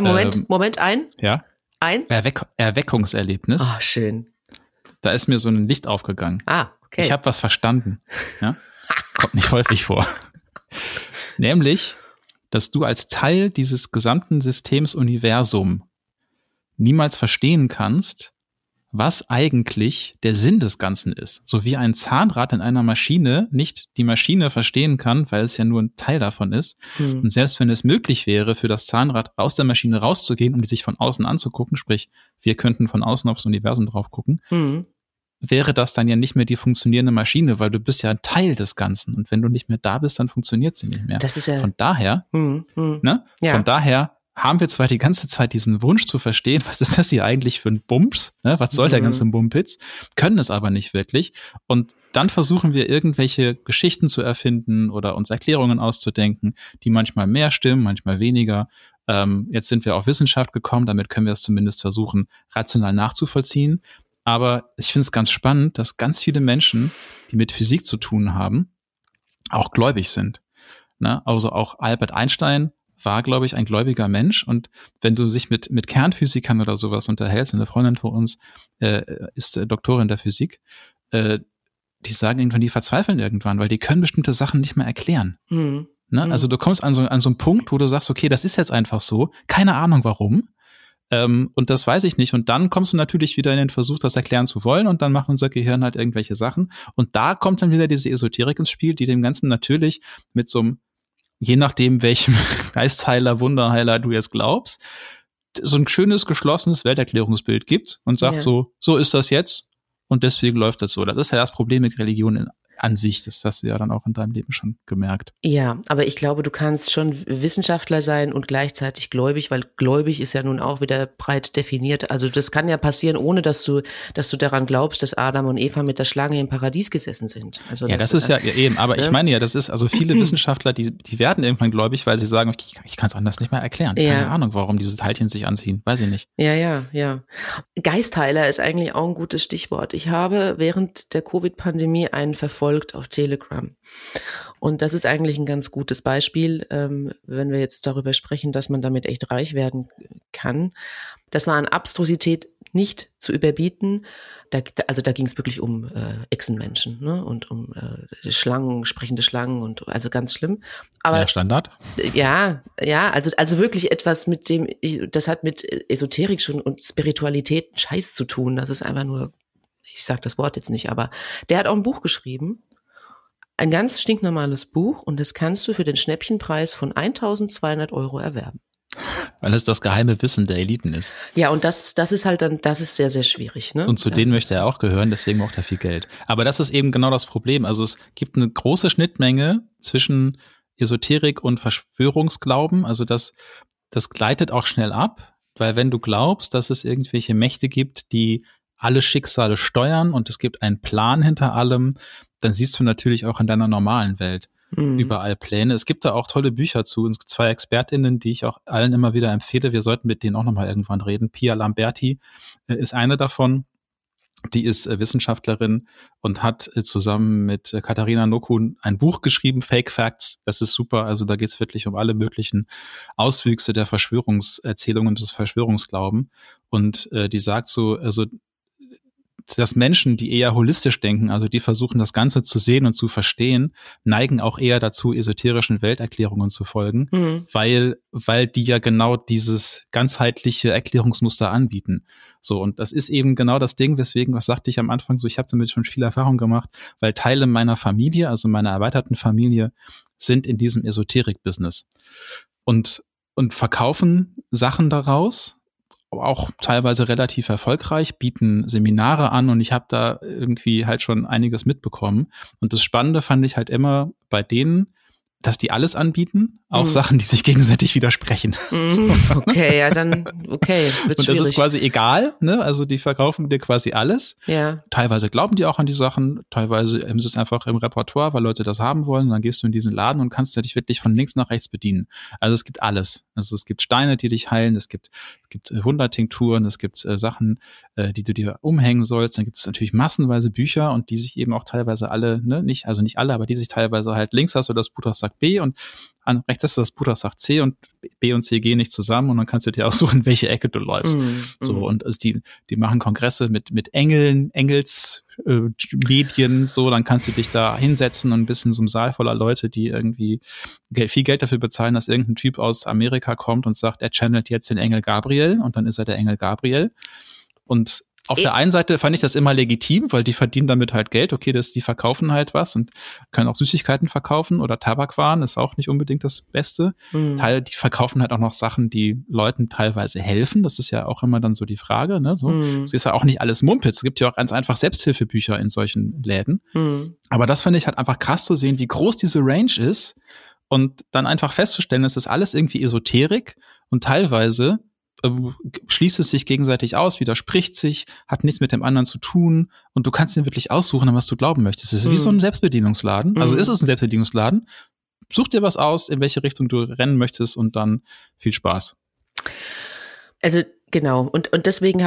Ja? Erweckungserlebnis. Ah, schön. Da ist mir so ein Licht aufgegangen. Ah, okay. Ich habe was verstanden. Ja? Kommt nicht häufig vor. Nämlich, dass du als Teil dieses gesamten Systems Universum niemals verstehen kannst, was eigentlich der Sinn des Ganzen ist. So wie ein Zahnrad in einer Maschine nicht die Maschine verstehen kann, weil es ja nur ein Teil davon ist. Und selbst wenn es möglich wäre, für das Zahnrad aus der Maschine rauszugehen, um die sich von außen anzugucken, sprich, wir könnten von außen aufs Universum drauf gucken, wäre das dann ja nicht mehr die funktionierende Maschine, weil du bist ja ein Teil des Ganzen. Und wenn du nicht mehr da bist, dann funktioniert sie nicht mehr. Das ist ja von daher, Ja. Von daher haben wir zwar die ganze Zeit diesen Wunsch zu verstehen, was ist das hier eigentlich für ein Bums? Ne? Was soll der ganze Mumpitz? Können es aber nicht wirklich. Und dann versuchen wir irgendwelche Geschichten zu erfinden oder uns Erklärungen auszudenken, die manchmal mehr stimmen, manchmal weniger. Jetzt sind wir auf Wissenschaft gekommen, damit können wir es zumindest versuchen, rational nachzuvollziehen. Aber ich finde es ganz spannend, dass ganz viele Menschen, die mit Physik zu tun haben, auch gläubig sind. Ne? Also auch Albert Einstein war, glaube ich, ein gläubiger Mensch. Und wenn du dich mit Kernphysikern oder sowas unterhältst, eine Freundin von uns ist Doktorin der Physik, die sagen irgendwann, die verzweifeln irgendwann, weil die können bestimmte Sachen nicht mehr erklären. Ne? Also du kommst an so einen Punkt, wo du sagst, okay, das ist jetzt einfach so, keine Ahnung warum. Und das weiß ich nicht. Und dann kommst du natürlich wieder in den Versuch, das erklären zu wollen, und dann macht unser Gehirn halt irgendwelche Sachen. Und da kommt dann wieder diese Esoterik ins Spiel, die dem Ganzen natürlich mit so einem, je nachdem welchem Geistheiler, Wunderheiler du jetzt glaubst, so ein schönes, geschlossenes Welterklärungsbild gibt und sagt so ist das jetzt und deswegen läuft das so. Das ist ja das Problem mit Religion an sich. Das hast du ja dann auch in deinem Leben schon gemerkt. Ja, aber ich glaube, du kannst schon Wissenschaftler sein und gleichzeitig gläubig, weil gläubig ist ja nun auch wieder breit definiert. Also das kann ja passieren, ohne dass du daran glaubst, dass Adam und Eva mit der Schlange im Paradies gesessen sind. Also ja, das ist ja eben. Aber ich meine ja, das ist also viele Wissenschaftler, die werden irgendwann gläubig, weil sie sagen, ich kann es anders nicht mehr erklären. Keine Ahnung, warum diese Teilchen sich anziehen. Weiß ich nicht. Ja. Geistheiler ist eigentlich auch ein gutes Stichwort. Ich habe während der Covid-Pandemie einen verfolgt auf Telegram. Und das ist eigentlich ein ganz gutes Beispiel, wenn wir jetzt darüber sprechen, dass man damit echt reich werden kann. Das war an Abstrusität nicht zu überbieten. Da ging es wirklich um Echsenmenschen, ne? Und um Schlangen, sprechende Schlangen und also ganz schlimm. Aber ja, Standard. Ja, also wirklich etwas das hat mit Esoterik schon und Spiritualität Scheiß zu tun. Das ist einfach nur, ich sage das Wort jetzt nicht, aber der hat auch ein Buch geschrieben. Ein ganz stinknormales Buch, und das kannst du für den Schnäppchenpreis von 1.200 € erwerben. Weil es das geheime Wissen der Eliten ist. Ja, und das ist halt dann, das ist sehr, sehr schwierig, ne? Und zu denen möchte er auch gehören, deswegen braucht er viel Geld. Aber das ist eben genau das Problem. Also es gibt eine große Schnittmenge zwischen Esoterik und Verschwörungsglauben. Also das gleitet auch schnell ab, weil wenn du glaubst, dass es irgendwelche Mächte gibt, die alle Schicksale steuern und es gibt einen Plan hinter allem, dann siehst du natürlich auch in deiner normalen Welt überall Pläne. Es gibt da auch tolle Bücher zu. Es gibt 2 ExpertInnen, die ich auch allen immer wieder empfehle. Wir sollten mit denen auch nochmal irgendwann reden. Pia Lamberti ist eine davon. Die ist Wissenschaftlerin und hat zusammen mit Katharina Nokun ein Buch geschrieben, Fake Facts. Das ist super. Also da geht's wirklich um alle möglichen Auswüchse der Verschwörungserzählungen und des Verschwörungsglauben. Und die sagt so, also dass Menschen, die eher holistisch denken, also die versuchen, das Ganze zu sehen und zu verstehen, neigen auch eher dazu, esoterischen Welterklärungen zu folgen, weil die ja genau dieses ganzheitliche Erklärungsmuster anbieten. So, und das ist eben genau das Ding, weswegen, was sagte ich am Anfang so, ich habe damit schon viel Erfahrung gemacht, weil Teile meiner Familie, also meiner erweiterten Familie, sind in diesem Esoterik-Business und verkaufen Sachen daraus, auch teilweise relativ erfolgreich, bieten Seminare an, und ich habe da irgendwie halt schon einiges mitbekommen. Und das Spannende fand ich halt immer bei denen, dass die alles anbieten, auch Sachen, die sich gegenseitig widersprechen. Okay, ja, dann, okay, wird schwierig. Und das ist quasi egal, ne? Also die verkaufen dir quasi alles. Ja. Teilweise glauben die auch an die Sachen, teilweise ist es einfach im Repertoire, weil Leute das haben wollen. Und dann gehst du in diesen Laden und kannst dich wirklich von links nach rechts bedienen. Also es gibt alles. Also es gibt Steine, die dich heilen, es gibt Wundertinkturen, es gibt Sachen, die du dir umhängen sollst. Dann gibt es natürlich massenweise Bücher, und die sich eben auch teilweise alle, ne, nicht alle, aber die sich teilweise halt, links hast du das Buch, das sagt B, und rechts hast du das Buch, das sagt C, und B und C gehen nicht zusammen, und dann kannst du dir aussuchen, in welche Ecke du läufst. So, und die machen Kongresse mit Engeln, Medien, so, dann kannst du dich da hinsetzen und ein bisschen so einem Saal voller Leute, die irgendwie viel Geld dafür bezahlen, dass irgendein Typ aus Amerika kommt und sagt, er channelt jetzt den Engel Gabriel, und dann ist er der Engel Gabriel. Und auf der einen Seite fand ich das immer legitim, weil die verdienen damit halt Geld. Okay, die verkaufen halt was und können auch Süßigkeiten verkaufen, oder Tabakwaren ist auch nicht unbedingt das Beste. Die verkaufen halt auch noch Sachen, die Leuten teilweise helfen. Das ist ja auch immer dann so die Frage, ne? So, es ist ja auch nicht alles Mumpitz. Es gibt ja auch ganz einfach Selbsthilfebücher in solchen Läden. Aber das finde ich halt einfach krass zu sehen, wie groß diese Range ist, und dann einfach festzustellen, es ist alles irgendwie Esoterik, und teilweise schließt es sich gegenseitig aus, widerspricht sich, hat nichts mit dem anderen zu tun, und du kannst dir wirklich aussuchen, an was du glauben möchtest. Es ist wie so ein Selbstbedienungsladen. Also ist es ein Selbstbedienungsladen. Such dir was aus, in welche Richtung du rennen möchtest, und dann viel Spaß. Also genau, und deswegen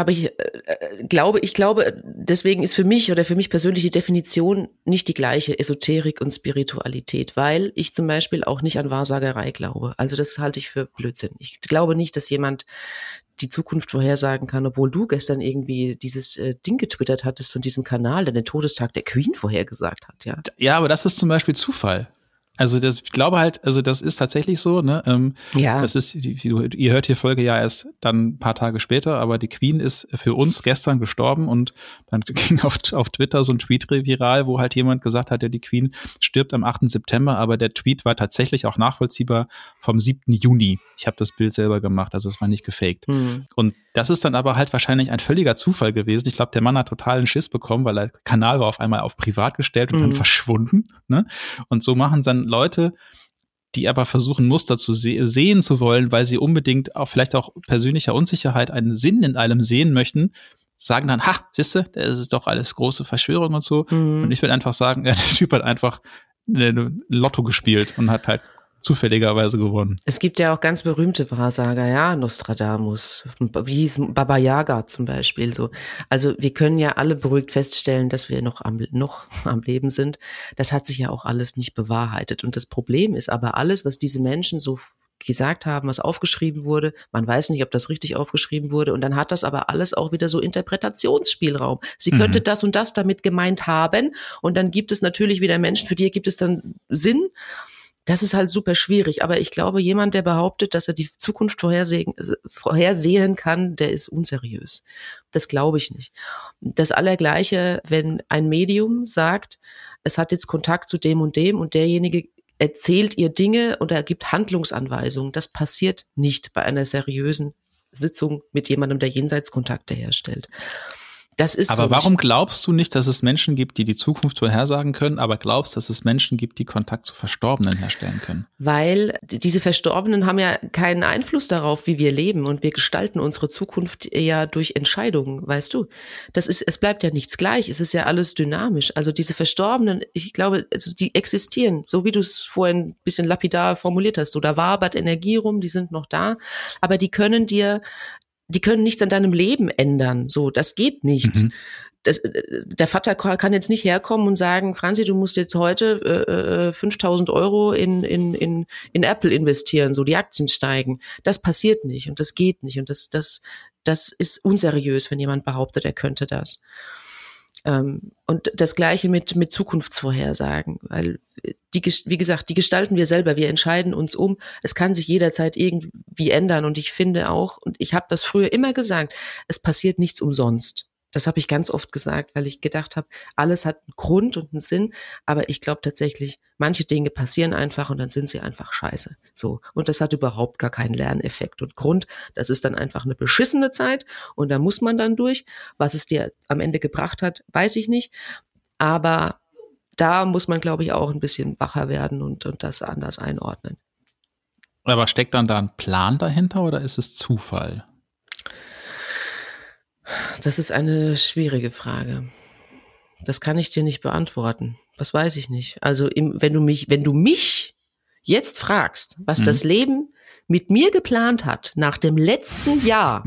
deswegen ist für mich persönlich die Definition nicht die gleiche, Esoterik und Spiritualität, weil ich zum Beispiel auch nicht an Wahrsagerei glaube. Also das halte ich für Blödsinn. Ich glaube nicht, dass jemand die Zukunft vorhersagen kann, obwohl du gestern irgendwie dieses Ding getwittert hattest von diesem Kanal, der den Todestag der Queen vorhergesagt hat, ja. Ja, aber das ist zum Beispiel Zufall. Also ich glaube halt, also das ist tatsächlich so, ne? Das ist, ihr hört die Folge ja erst dann ein paar Tage später, aber die Queen ist für uns gestern gestorben und dann ging auf Twitter so ein Tweet viral, wo halt jemand gesagt hat, ja, die Queen stirbt am 8. September, aber der Tweet war tatsächlich auch nachvollziehbar vom 7. Juni. Ich habe das Bild selber gemacht, also es war nicht gefaked. Und das ist dann aber halt wahrscheinlich ein völliger Zufall gewesen. Ich glaube, der Mann hat totalen Schiss bekommen, weil der Kanal war auf einmal auf privat gestellt und dann verschwunden, ne? Und so machen dann Leute, die aber versuchen, Muster zu sehen zu wollen, weil sie unbedingt auch vielleicht auch persönlicher Unsicherheit einen Sinn in allem sehen möchten, sagen dann, siehste, das ist doch alles große Verschwörung und so. Und ich will einfach sagen, der Typ hat einfach Lotto gespielt und hat halt zufälligerweise gewonnen. Es gibt ja auch ganz berühmte Wahrsager, ja, Nostradamus, wie hieß Baba Yaga zum Beispiel, so. Also wir können ja alle beruhigt feststellen, dass wir noch am Leben sind. Das hat sich ja auch alles nicht bewahrheitet. Und das Problem ist aber alles, was diese Menschen so gesagt haben, was aufgeschrieben wurde. Man weiß nicht, ob das richtig aufgeschrieben wurde. Und dann hat das aber alles auch wieder so Interpretationsspielraum. Sie könnte das und das damit gemeint haben. Und dann gibt es natürlich wieder Menschen, für die gibt es dann Sinn. Das ist halt super schwierig, aber ich glaube, jemand, der behauptet, dass er die Zukunft vorhersehen kann, der ist unseriös. Das glaube ich nicht. Das Allergleiche, wenn ein Medium sagt, es hat jetzt Kontakt zu dem und derjenige erzählt ihr Dinge oder gibt Handlungsanweisungen. Das passiert nicht bei einer seriösen Sitzung mit jemandem, der Jenseitskontakte herstellt. Das ist aber so warum glaubst du nicht, dass es Menschen gibt, die Zukunft vorhersagen können, aber glaubst, dass es Menschen gibt, die Kontakt zu Verstorbenen herstellen können? Weil diese Verstorbenen haben ja keinen Einfluss darauf, wie wir leben, und wir gestalten unsere Zukunft ja durch Entscheidungen, weißt du? Es bleibt ja nichts gleich, es ist ja alles dynamisch. Also diese Verstorbenen, ich glaube, also die existieren, so wie du es vorhin ein bisschen lapidar formuliert hast. So, da wabert Energie rum, die sind noch da, aber die können nichts an deinem Leben ändern. So, das geht nicht. Der Vater kann jetzt nicht herkommen und sagen, Franzi, du musst jetzt heute 5.000 Euro in Apple investieren, so die Aktien steigen. Das passiert nicht und das geht nicht und das ist unseriös, wenn jemand behauptet, er könnte das. Und das Gleiche mit Zukunftsvorhersagen, weil wie gesagt, die gestalten wir selber, wir entscheiden uns um. Es kann sich jederzeit irgendwie ändern und ich finde auch, und ich habe das früher immer gesagt, es passiert nichts umsonst. Das habe ich ganz oft gesagt, weil ich gedacht habe, alles hat einen Grund und einen Sinn, aber ich glaube tatsächlich, manche Dinge passieren einfach und dann sind sie einfach scheiße. So, und das hat überhaupt gar keinen Lerneffekt und Grund. Das ist dann einfach eine beschissene Zeit und da muss man dann durch. Was es dir am Ende gebracht hat, weiß ich nicht, aber da muss man, glaube ich, auch ein bisschen wacher werden und das anders einordnen. Aber steckt dann da ein Plan dahinter oder ist es Zufall? Das ist eine schwierige Frage. Das kann ich dir nicht beantworten. Das weiß ich nicht. Also wenn du mich jetzt fragst, was das Leben mit mir geplant hat nach dem letzten Jahr,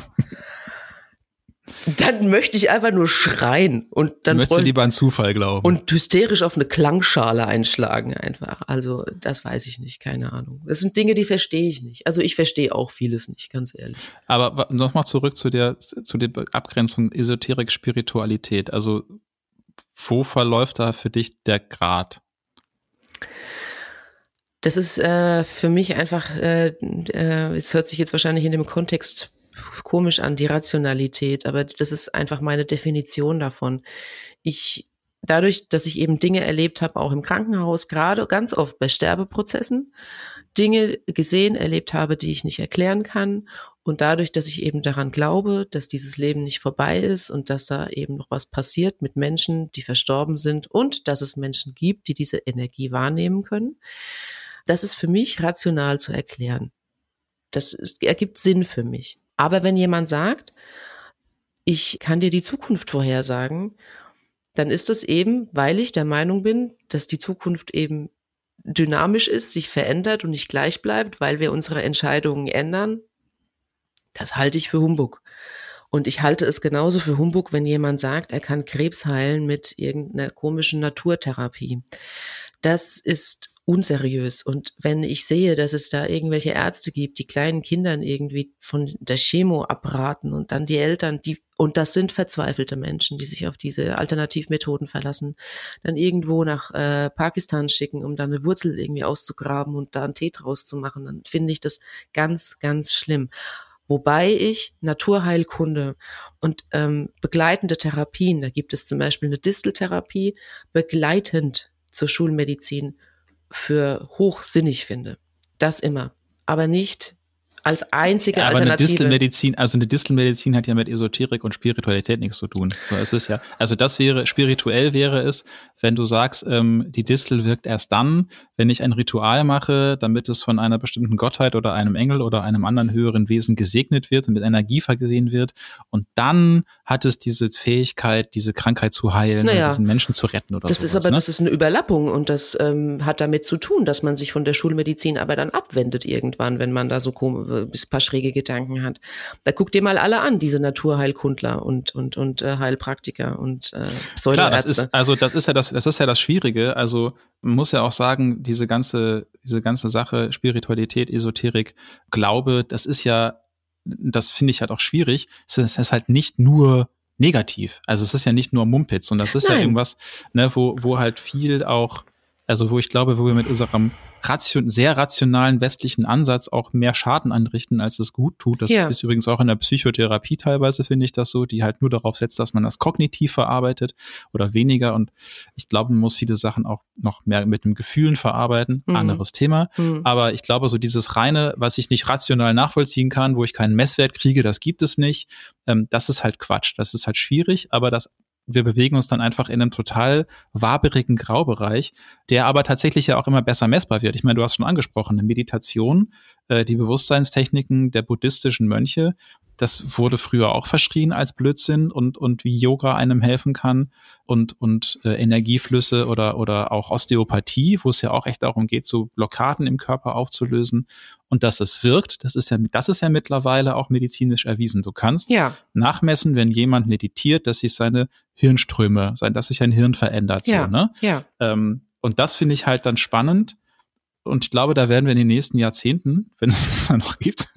dann möchte ich einfach nur schreien und dann möchtest du lieber an Zufall glauben und hysterisch auf eine Klangschale einschlagen einfach. Also das weiß ich nicht, keine Ahnung. Das sind Dinge, die verstehe ich nicht. Also ich verstehe auch vieles nicht, ganz ehrlich. Aber nochmal zurück zu der Abgrenzung Esoterik, Spiritualität. Also wo verläuft da für dich der Grat? Das ist für mich einfach, es hört sich jetzt wahrscheinlich in dem Kontext komisch an, die Rationalität, aber das ist einfach meine Definition davon. Dadurch, dass ich eben Dinge erlebt habe, auch im Krankenhaus, gerade ganz oft bei Sterbeprozessen, Dinge gesehen, erlebt habe, die ich nicht erklären kann, und dadurch, dass ich eben daran glaube, dass dieses Leben nicht vorbei ist und dass da eben noch was passiert mit Menschen, die verstorben sind und dass es Menschen gibt, die diese Energie wahrnehmen können, das ist für mich rational zu erklären. Ergibt Sinn für mich. Aber wenn jemand sagt, ich kann dir die Zukunft vorhersagen, dann ist das eben, weil ich der Meinung bin, dass die Zukunft eben dynamisch ist, sich verändert und nicht gleich bleibt, weil wir unsere Entscheidungen ändern. Das halte ich für Humbug. Und ich halte es genauso für Humbug, wenn jemand sagt, er kann Krebs heilen mit irgendeiner komischen Naturtherapie. Das ist unseriös. Und wenn ich sehe, dass es da irgendwelche Ärzte gibt, die kleinen Kindern irgendwie von der Chemo abraten und dann die Eltern, die Und das sind verzweifelte Menschen, die sich auf diese Alternativmethoden verlassen, dann irgendwo nach Pakistan schicken, um da eine Wurzel irgendwie auszugraben und da einen Tee draus zu machen. Dann finde ich das ganz, ganz schlimm. Wobei ich Naturheilkunde und begleitende Therapien, da gibt es zum Beispiel eine Disteltherapie, begleitend zur Schulmedizin für hochsinnig finde. Das immer. Aber nicht als einzige Alternative. Eine Distelmedizin hat ja mit Esoterik und Spiritualität nichts zu tun. So, es ist ja, also spirituell wäre es, wenn du sagst, die Distel wirkt erst dann, wenn ich ein Ritual mache, damit es von einer bestimmten Gottheit oder einem Engel oder einem anderen höheren Wesen gesegnet wird und mit Energie versehen wird. Und dann hat es diese Fähigkeit, diese Krankheit zu heilen oder diesen Menschen zu retten oder so. Das ist aber, das ist eine Überlappung und das hat damit zu tun, dass man sich von der Schulmedizin aber dann abwendet irgendwann, wenn man da so ein paar schräge Gedanken hat. Da guck dir mal alle an, diese Naturheilkundler und Heilpraktiker und Pseudoärzte. Klar, das ist ja das Schwierige. Also man muss ja auch sagen, diese ganze Sache, Spiritualität, Esoterik, Glaube, das finde ich halt auch schwierig. Es ist halt nicht nur negativ. Also es ist ja nicht nur Mumpitz und das ist ja irgendwas, ne, wo halt viel auch, also wo ich glaube, wo wir mit unserem sehr rationalen westlichen Ansatz auch mehr Schaden anrichten, als es gut tut. Das ist übrigens auch in der Psychotherapie teilweise, finde ich das so, die halt nur darauf setzt, dass man das kognitiv verarbeitet oder weniger. Und ich glaube, man muss viele Sachen auch noch mehr mit dem Gefühlen verarbeiten. Anderes Thema. Aber ich glaube, so dieses reine, was ich nicht rational nachvollziehen kann, wo ich keinen Messwert kriege, das gibt es nicht. Das ist halt Quatsch. Das ist halt schwierig, aber wir bewegen uns dann einfach in einem total waberigen Graubereich, der aber tatsächlich ja auch immer besser messbar wird. Ich meine, du hast schon angesprochen, eine Meditation, die Bewusstseinstechniken der buddhistischen Mönche, das wurde früher auch verschrien als Blödsinn und wie Yoga einem helfen kann und Energieflüsse oder auch Osteopathie, wo es ja auch echt darum geht, so Blockaden im Körper aufzulösen. Und dass es wirkt, das ist ja mittlerweile auch medizinisch erwiesen. Du kannst nachmessen, wenn jemand meditiert, dass sich dass sich sein Hirn verändert. So, ne? Und das finde ich halt dann spannend. Und ich glaube, da werden wir in den nächsten Jahrzehnten, wenn es das dann noch gibt,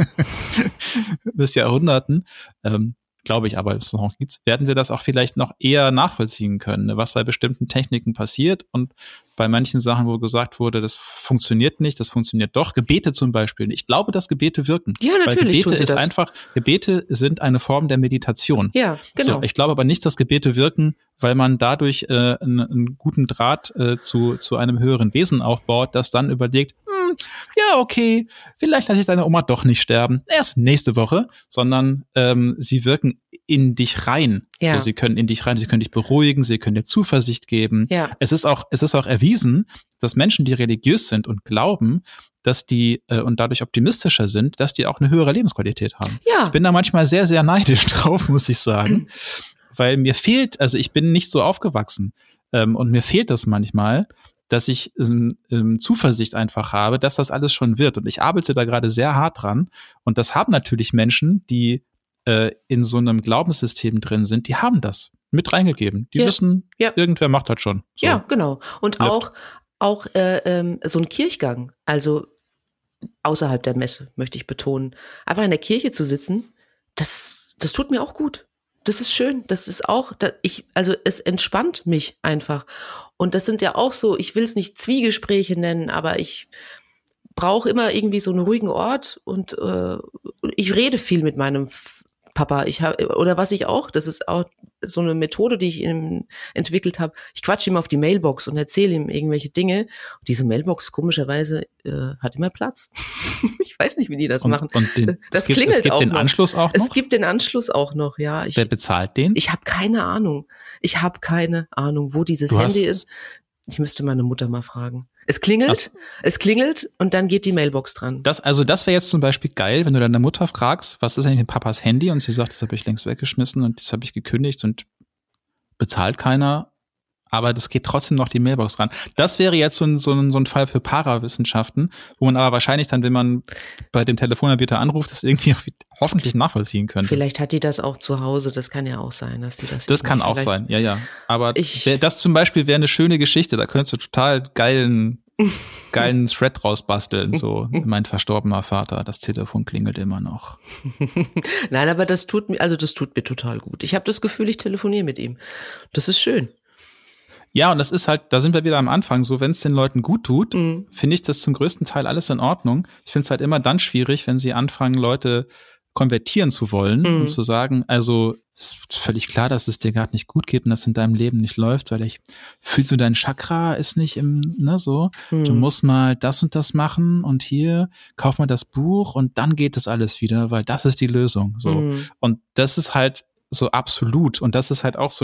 bis Jahrhunderten, glaube ich aber, dass es noch gibt, werden wir das auch vielleicht noch eher nachvollziehen können, ne, was bei bestimmten Techniken passiert und bei manchen Sachen, wo gesagt wurde, das funktioniert nicht, das funktioniert doch. Gebete zum Beispiel. Ich glaube, dass Gebete wirken. Ja, natürlich tun sie das. Gebete sind eine Form der Meditation. Ja, genau. So, ich glaube aber nicht, dass Gebete wirken, weil man dadurch einen guten Draht zu einem höheren Wesen aufbaut, das dann überlegt, ja, okay, vielleicht lasse ich deine Oma doch nicht sterben. Erst nächste Woche, sondern sie wirken in dich rein. Ja. So, sie können in dich rein, sie können dich beruhigen, sie können dir Zuversicht geben. Ja. Es ist auch erwiesen, dass Menschen, die religiös sind und glauben, dass die und dadurch optimistischer sind, dass die auch eine höhere Lebensqualität haben. Ja. Ich bin da manchmal sehr, sehr neidisch drauf, muss ich sagen. Weil mir fehlt, also ich bin nicht so aufgewachsen und mir fehlt das manchmal, dass ich Zuversicht einfach habe, dass das alles schon wird. Und ich arbeite da gerade sehr hart dran. Und das haben natürlich Menschen, die in so einem Glaubenssystem drin sind, die haben das mit reingegeben. Die wissen, irgendwer macht das schon. So. Ja, genau. Und auch so ein Kirchgang, also außerhalb der Messe, möchte ich betonen. Einfach in der Kirche zu sitzen, das tut mir auch gut. Das ist schön. Das ist auch, es entspannt mich einfach. Und das sind ja auch so, ich will es nicht Zwiegespräche nennen, aber ich brauche immer irgendwie so einen ruhigen Ort und ich rede viel mit meinem Papa. Das ist auch so eine Methode, die ich entwickelt habe. Ich quatsche ihm auf die Mailbox und erzähle ihm irgendwelche Dinge. Und diese Mailbox, komischerweise, hat immer Platz. Ich weiß nicht, wie die das machen. Und es gibt den Anschluss auch noch? Es gibt den Anschluss auch noch, ja. Wer bezahlt den? Ich habe keine Ahnung. Wo dieses Handy ist. Ich müsste meine Mutter mal fragen. Es klingelt und dann geht die Mailbox dran. Das wäre jetzt zum Beispiel geil, wenn du deine Mutter fragst, was ist eigentlich mit Papas Handy? Und sie sagt, das habe ich längst weggeschmissen und das habe ich gekündigt und bezahlt keiner. Aber das geht trotzdem noch die Mailbox dran. Das wäre jetzt so ein Fall für Parawissenschaften, wo man aber wahrscheinlich dann, wenn man bei dem Telefonanbieter anruft, das irgendwie hoffentlich nachvollziehen könnte. Vielleicht hat die das auch zu Hause, das kann ja auch sein, dass die das. Das kann auch sein, ja. Aber das zum Beispiel wäre eine schöne Geschichte, da könntest du total geilen geilen Thread rausbasteln, so mein verstorbener Vater, das Telefon klingelt immer noch. Nein, aber das tut mir total gut. Ich habe das Gefühl, ich telefoniere mit ihm. Das ist schön. Ja, und das ist halt, da sind wir wieder am Anfang, so wenn es den Leuten gut tut, finde ich das zum größten Teil alles in Ordnung. Ich finde es halt immer dann schwierig, wenn sie anfangen, Leute konvertieren zu wollen und zu sagen, also es ist völlig klar, dass es dir gerade nicht gut geht und dass in deinem Leben nicht läuft, weil fühlst du, dein Chakra ist nicht so, du musst mal das und das machen und hier, kauf mal das Buch und dann geht es alles wieder, weil das ist die Lösung, so. Und das ist halt so absolut und das ist halt auch so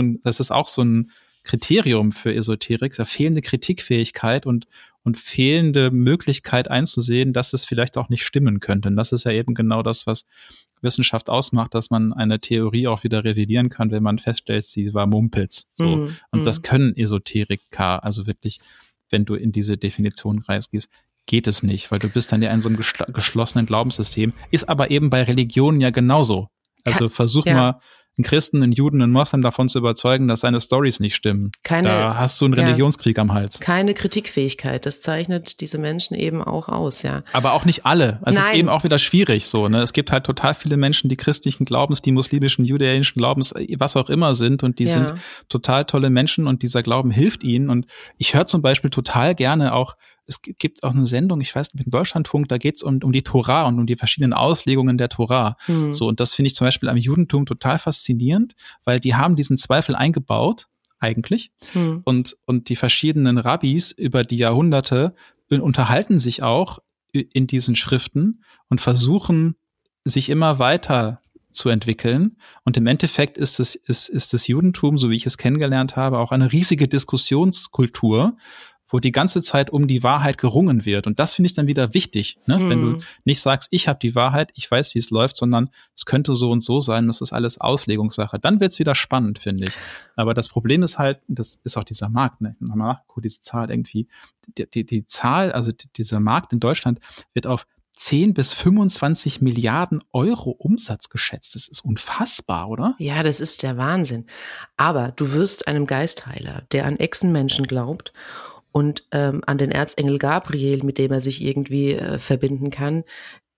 ein Kriterium für Esoterik, ja, fehlende Kritikfähigkeit und fehlende Möglichkeit einzusehen, dass es vielleicht auch nicht stimmen könnte. Und das ist ja eben genau das, was Wissenschaft ausmacht, dass man eine Theorie auch wieder revidieren kann, wenn man feststellt, sie war Mumpitz. So. Und das können Esoteriker, also wirklich, wenn du in diese Definition reingehst, geht es nicht, weil du bist dann ja in so einem geschlossenen Glaubenssystem. Ist aber eben bei Religionen ja genauso. Also versuch mal, einen Christen, einen Juden, einen Moslem davon zu überzeugen, dass seine Storys nicht stimmen. Da hast du einen Religionskrieg am Hals. Keine Kritikfähigkeit, das zeichnet diese Menschen eben auch aus, ja. Aber auch nicht alle. Es ist eben auch wieder schwierig so, ne? Es gibt halt total viele Menschen, die christlichen Glaubens, die muslimischen, jüdischen Glaubens, was auch immer sind und die sind total tolle Menschen und dieser Glauben hilft ihnen und ich höre zum Beispiel total gerne auch, es gibt auch eine Sendung, ich weiß nicht, im Deutschlandfunk, da geht's um die Tora und um die verschiedenen Auslegungen der Tora. So, und das finde ich zum Beispiel am Judentum total faszinierend, weil die haben diesen Zweifel eingebaut, eigentlich. Und die verschiedenen Rabbis über die Jahrhunderte unterhalten sich auch in diesen Schriften und versuchen, sich immer weiter zu entwickeln. Und im Endeffekt ist das Judentum, so wie ich es kennengelernt habe, auch eine riesige Diskussionskultur, wo die ganze Zeit um die Wahrheit gerungen wird. Und das finde ich dann wieder wichtig, ne? Wenn du nicht sagst, ich habe die Wahrheit, ich weiß, wie es läuft, sondern es könnte so und so sein, das ist alles Auslegungssache. Dann wird's wieder spannend, finde ich. Aber das Problem ist halt, das ist auch dieser Markt, ne? Mal nachgucken, diese Zahl irgendwie, die Zahl, also dieser Markt in Deutschland wird auf 10 bis 25 Milliarden Euro Umsatz geschätzt. Das ist unfassbar, oder? Ja, das ist der Wahnsinn. Aber du wirst einem Geistheiler, der an Echsenmenschen glaubt und an den Erzengel Gabriel, mit dem er sich irgendwie verbinden kann,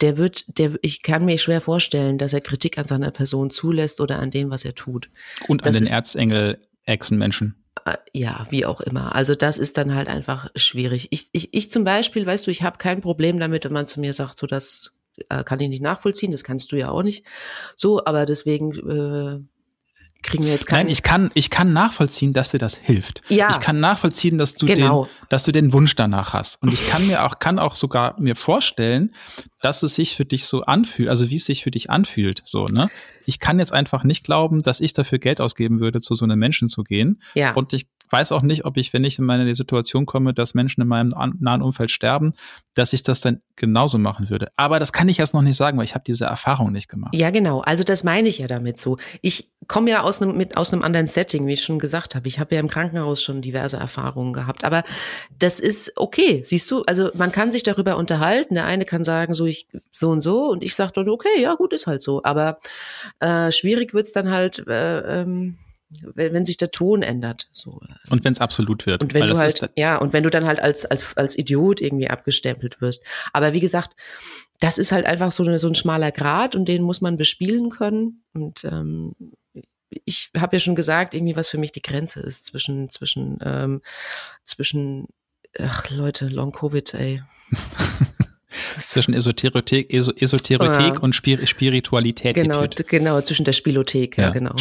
ich kann mir schwer vorstellen, dass er Kritik an seiner Person zulässt oder an dem, was er tut. Und an den Erzengel Echsenmenschen. Ja, wie auch immer. Also das ist dann halt einfach schwierig. Ich zum Beispiel, weißt du, ich habe kein Problem damit, wenn man zu mir sagt, so das kann ich nicht nachvollziehen, das kannst du ja auch nicht. So, aber deswegen kriegen wir jetzt keinen. Nein, ich kann nachvollziehen, dass dir das hilft. Ja. Ich kann nachvollziehen, dass du den Wunsch danach hast. Und ich kann auch sogar mir vorstellen, dass es sich für dich so anfühlt, also wie es sich für dich anfühlt, so, ne? Ich kann jetzt einfach nicht glauben, dass ich dafür Geld ausgeben würde, zu so einem Menschen zu gehen. Ja. Und ich weiß auch nicht, ob ich, wenn ich in meine Situation komme, dass Menschen in meinem nahen Umfeld sterben, dass ich das dann genauso machen würde. Aber das kann ich jetzt noch nicht sagen, weil ich habe diese Erfahrung nicht gemacht. Ja, genau. Also das meine ich ja damit so. Ich komme ja aus einem anderen Setting, wie ich schon gesagt habe. Ich habe ja im Krankenhaus schon diverse Erfahrungen gehabt. Aber das ist okay, siehst du? Also man kann sich darüber unterhalten. Der eine kann sagen, so und ich sage dann, okay, ja gut, ist halt so. Aber schwierig wird's dann halt, wenn sich der Ton ändert. So. Und wenn es absolut wird. Und wenn du dann halt als Idiot irgendwie abgestempelt wirst. Aber wie gesagt, das ist halt einfach so ein schmaler Grat und den muss man bespielen können. Und ich habe ja schon gesagt, irgendwie was für mich die Grenze ist zwischen ach Leute, Long Covid, ey. Zwischen Esoterik und Spiritualität. Genau, zwischen der Spielothek, ja genau.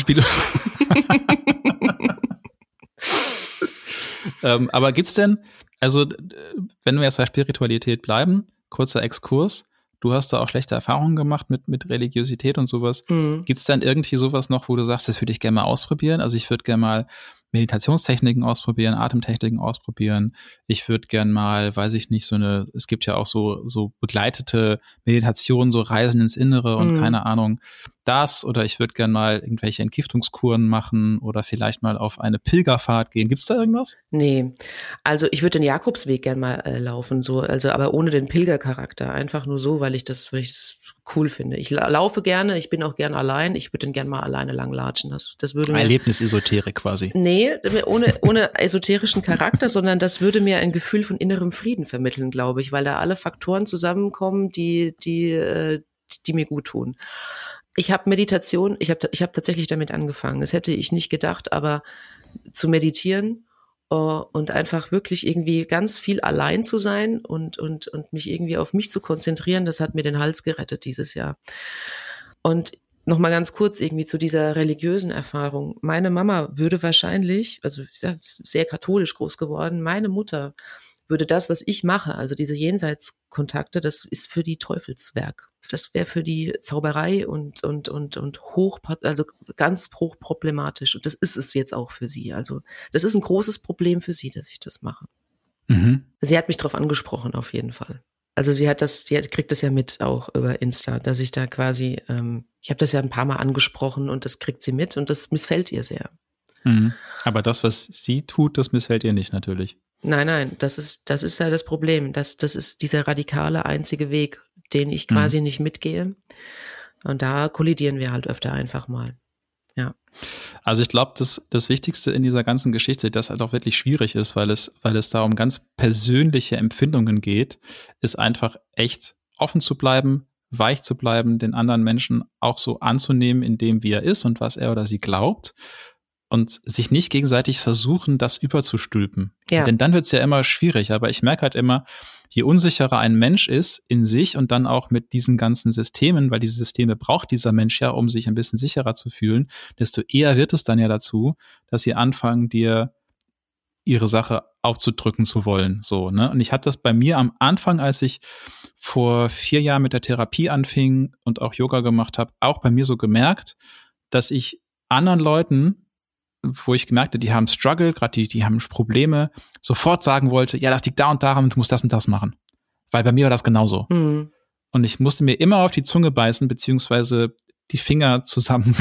Aber gibt's denn, also wenn wir jetzt bei Spiritualität bleiben, kurzer Exkurs, du hast da auch schlechte Erfahrungen gemacht mit Religiosität und sowas. Gibt's dann irgendwie sowas noch, wo du sagst, das würde ich gerne mal ausprobieren? Also ich würde gerne mal Meditationstechniken ausprobieren, Atemtechniken ausprobieren. Ich würde gern mal, weiß ich nicht, es gibt ja auch so begleitete Meditationen, so Reisen ins Innere und keine Ahnung. das oder ich würde gern mal irgendwelche Entgiftungskuren machen oder vielleicht mal auf eine Pilgerfahrt gehen. Gibt's da irgendwas? Nee, also ich würde den Jakobsweg gern mal laufen, so, also aber ohne den Pilgercharakter, einfach nur so, weil ich das cool finde. Ich laufe gerne, ich bin auch gern allein, ich würde den gern mal alleine langlatschen. Das würde mir Erlebnis-Esoterik quasi. Nee, ohne esoterischen Charakter, sondern das würde mir ein Gefühl von innerem Frieden vermitteln, glaube ich, weil da alle Faktoren zusammenkommen, die mir gut tun. Ich habe Meditation, ich habe tatsächlich damit angefangen. Das hätte ich nicht gedacht, aber zu meditieren und einfach wirklich irgendwie ganz viel allein zu sein und mich irgendwie auf mich zu konzentrieren, das hat mir den Hals gerettet dieses Jahr. Und noch mal ganz kurz irgendwie zu dieser religiösen Erfahrung. Meine Mama würde wahrscheinlich, also sehr katholisch groß geworden, meine Mutter würde das, was ich mache, also diese Jenseitskontakte, das ist für die Teufelswerk. Das wäre für die Zauberei und also ganz hoch problematisch. Und das ist es jetzt auch für sie. Also das ist ein großes Problem für sie, dass ich das mache. Mhm. Sie hat mich darauf angesprochen, auf jeden Fall. Also sie kriegt das ja mit auch über Insta, dass ich da quasi, ich habe das ja ein paar Mal angesprochen und das kriegt sie mit und das missfällt ihr sehr. Mhm. Aber das, was sie tut, das missfällt ihr nicht natürlich. Nein, das ist ja das Problem. Das ist dieser radikale einzige Weg, den ich quasi nicht mitgehe. Und da kollidieren wir halt öfter einfach mal. Ja. Also ich glaube, das Wichtigste in dieser ganzen Geschichte, das halt auch wirklich schwierig ist, weil es da um ganz persönliche Empfindungen geht, ist einfach echt offen zu bleiben, weich zu bleiben, den anderen Menschen auch so anzunehmen, in dem wie er ist und was er oder sie glaubt. Und sich nicht gegenseitig versuchen, das überzustülpen. Ja. Denn dann wird's ja immer schwierig. Aber ich merke halt immer, je unsicherer ein Mensch ist in sich und dann auch mit diesen ganzen Systemen, weil diese Systeme braucht dieser Mensch ja, um sich ein bisschen sicherer zu fühlen, desto eher wird es dann ja dazu, dass sie anfangen, dir ihre Sache aufzudrücken zu wollen. So, ne? Und ich hatte das bei mir am Anfang, als ich vor 4 Jahren mit der Therapie anfing und auch Yoga gemacht habe, auch bei mir so gemerkt, dass ich anderen Leuten, wo ich gemerkt habe, die haben Struggle, gerade die haben Probleme, sofort sagen wollte, ja, das liegt da und daran, du musst das und das machen. Weil bei mir war das genauso. Mhm. Und ich musste mir immer auf die Zunge beißen, beziehungsweise die Finger zusammen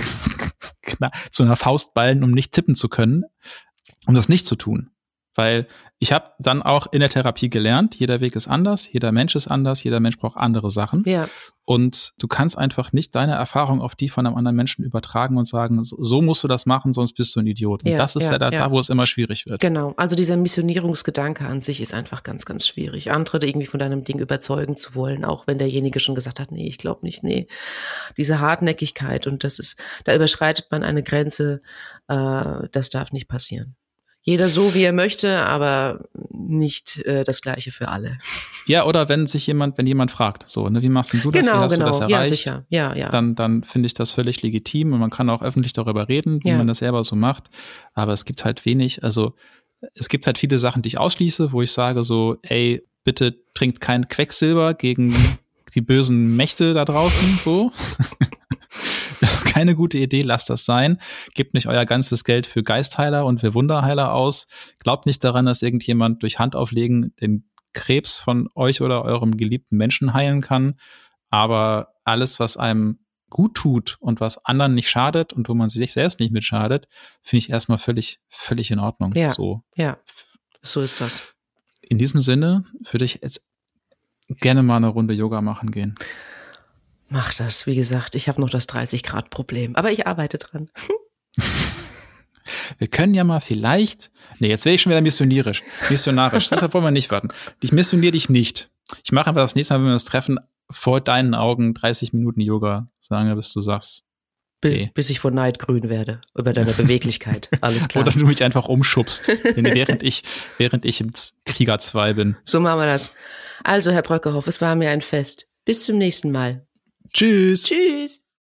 zu einer Faust ballen, um nicht tippen zu können, um das nicht zu tun. Weil ich habe dann auch in der Therapie gelernt, jeder Weg ist anders, jeder Mensch ist anders, jeder Mensch braucht andere Sachen. Ja. Und du kannst einfach nicht deine Erfahrung auf die von einem anderen Menschen übertragen und sagen, so musst du das machen, sonst bist du ein Idiot. Und das ist da, wo es immer schwierig wird. Genau, also dieser Missionierungsgedanke an sich ist einfach ganz, ganz schwierig. Andere irgendwie von deinem Ding überzeugen zu wollen, auch wenn derjenige schon gesagt hat, nee, ich glaube nicht, nee. Diese Hartnäckigkeit und da überschreitet man eine Grenze, das darf nicht passieren. Jeder so, wie er möchte, aber nicht das Gleiche für alle. Ja, oder wenn jemand fragt, so, ne, wie machst denn du das? Wie hast du das erreicht? Ja, sicher. Ja. Dann finde ich das völlig legitim und man kann auch öffentlich darüber reden, wie man das selber so macht. Aber es gibt halt es gibt halt viele Sachen, die ich ausschließe, wo ich sage so, ey, bitte trinkt kein Quecksilber gegen die bösen Mächte da draußen, so. Das ist keine gute Idee, lasst das sein. Gebt nicht euer ganzes Geld für Geistheiler und für Wunderheiler aus. Glaubt nicht daran, dass irgendjemand durch Handauflegen den Krebs von euch oder eurem geliebten Menschen heilen kann. Aber alles, was einem gut tut und was anderen nicht schadet und wo man sich selbst nicht mit schadet, finde ich erstmal völlig in Ordnung. Ja, so ist das. In diesem Sinne würde ich jetzt gerne mal eine Runde Yoga machen gehen. Mach das, wie gesagt, ich habe noch das 30-Grad-Problem, aber ich arbeite dran. Wir können ja mal vielleicht, jetzt werde ich schon wieder missionarisch, deshalb wollen wir nicht warten. Ich missioniere dich nicht. Ich mache einfach das nächste Mal, wenn wir uns treffen, vor deinen Augen 30 Minuten Yoga, solange bis du sagst, okay. Bis ich vor Neid grün werde, über deine Beweglichkeit, alles klar. Oder du mich einfach umschubst, während ich im Krieger 2 bin. So machen wir das. Also, Herr Bröckehoff, es war mir ein Fest. Bis zum nächsten Mal. Tschüss. Tschüss.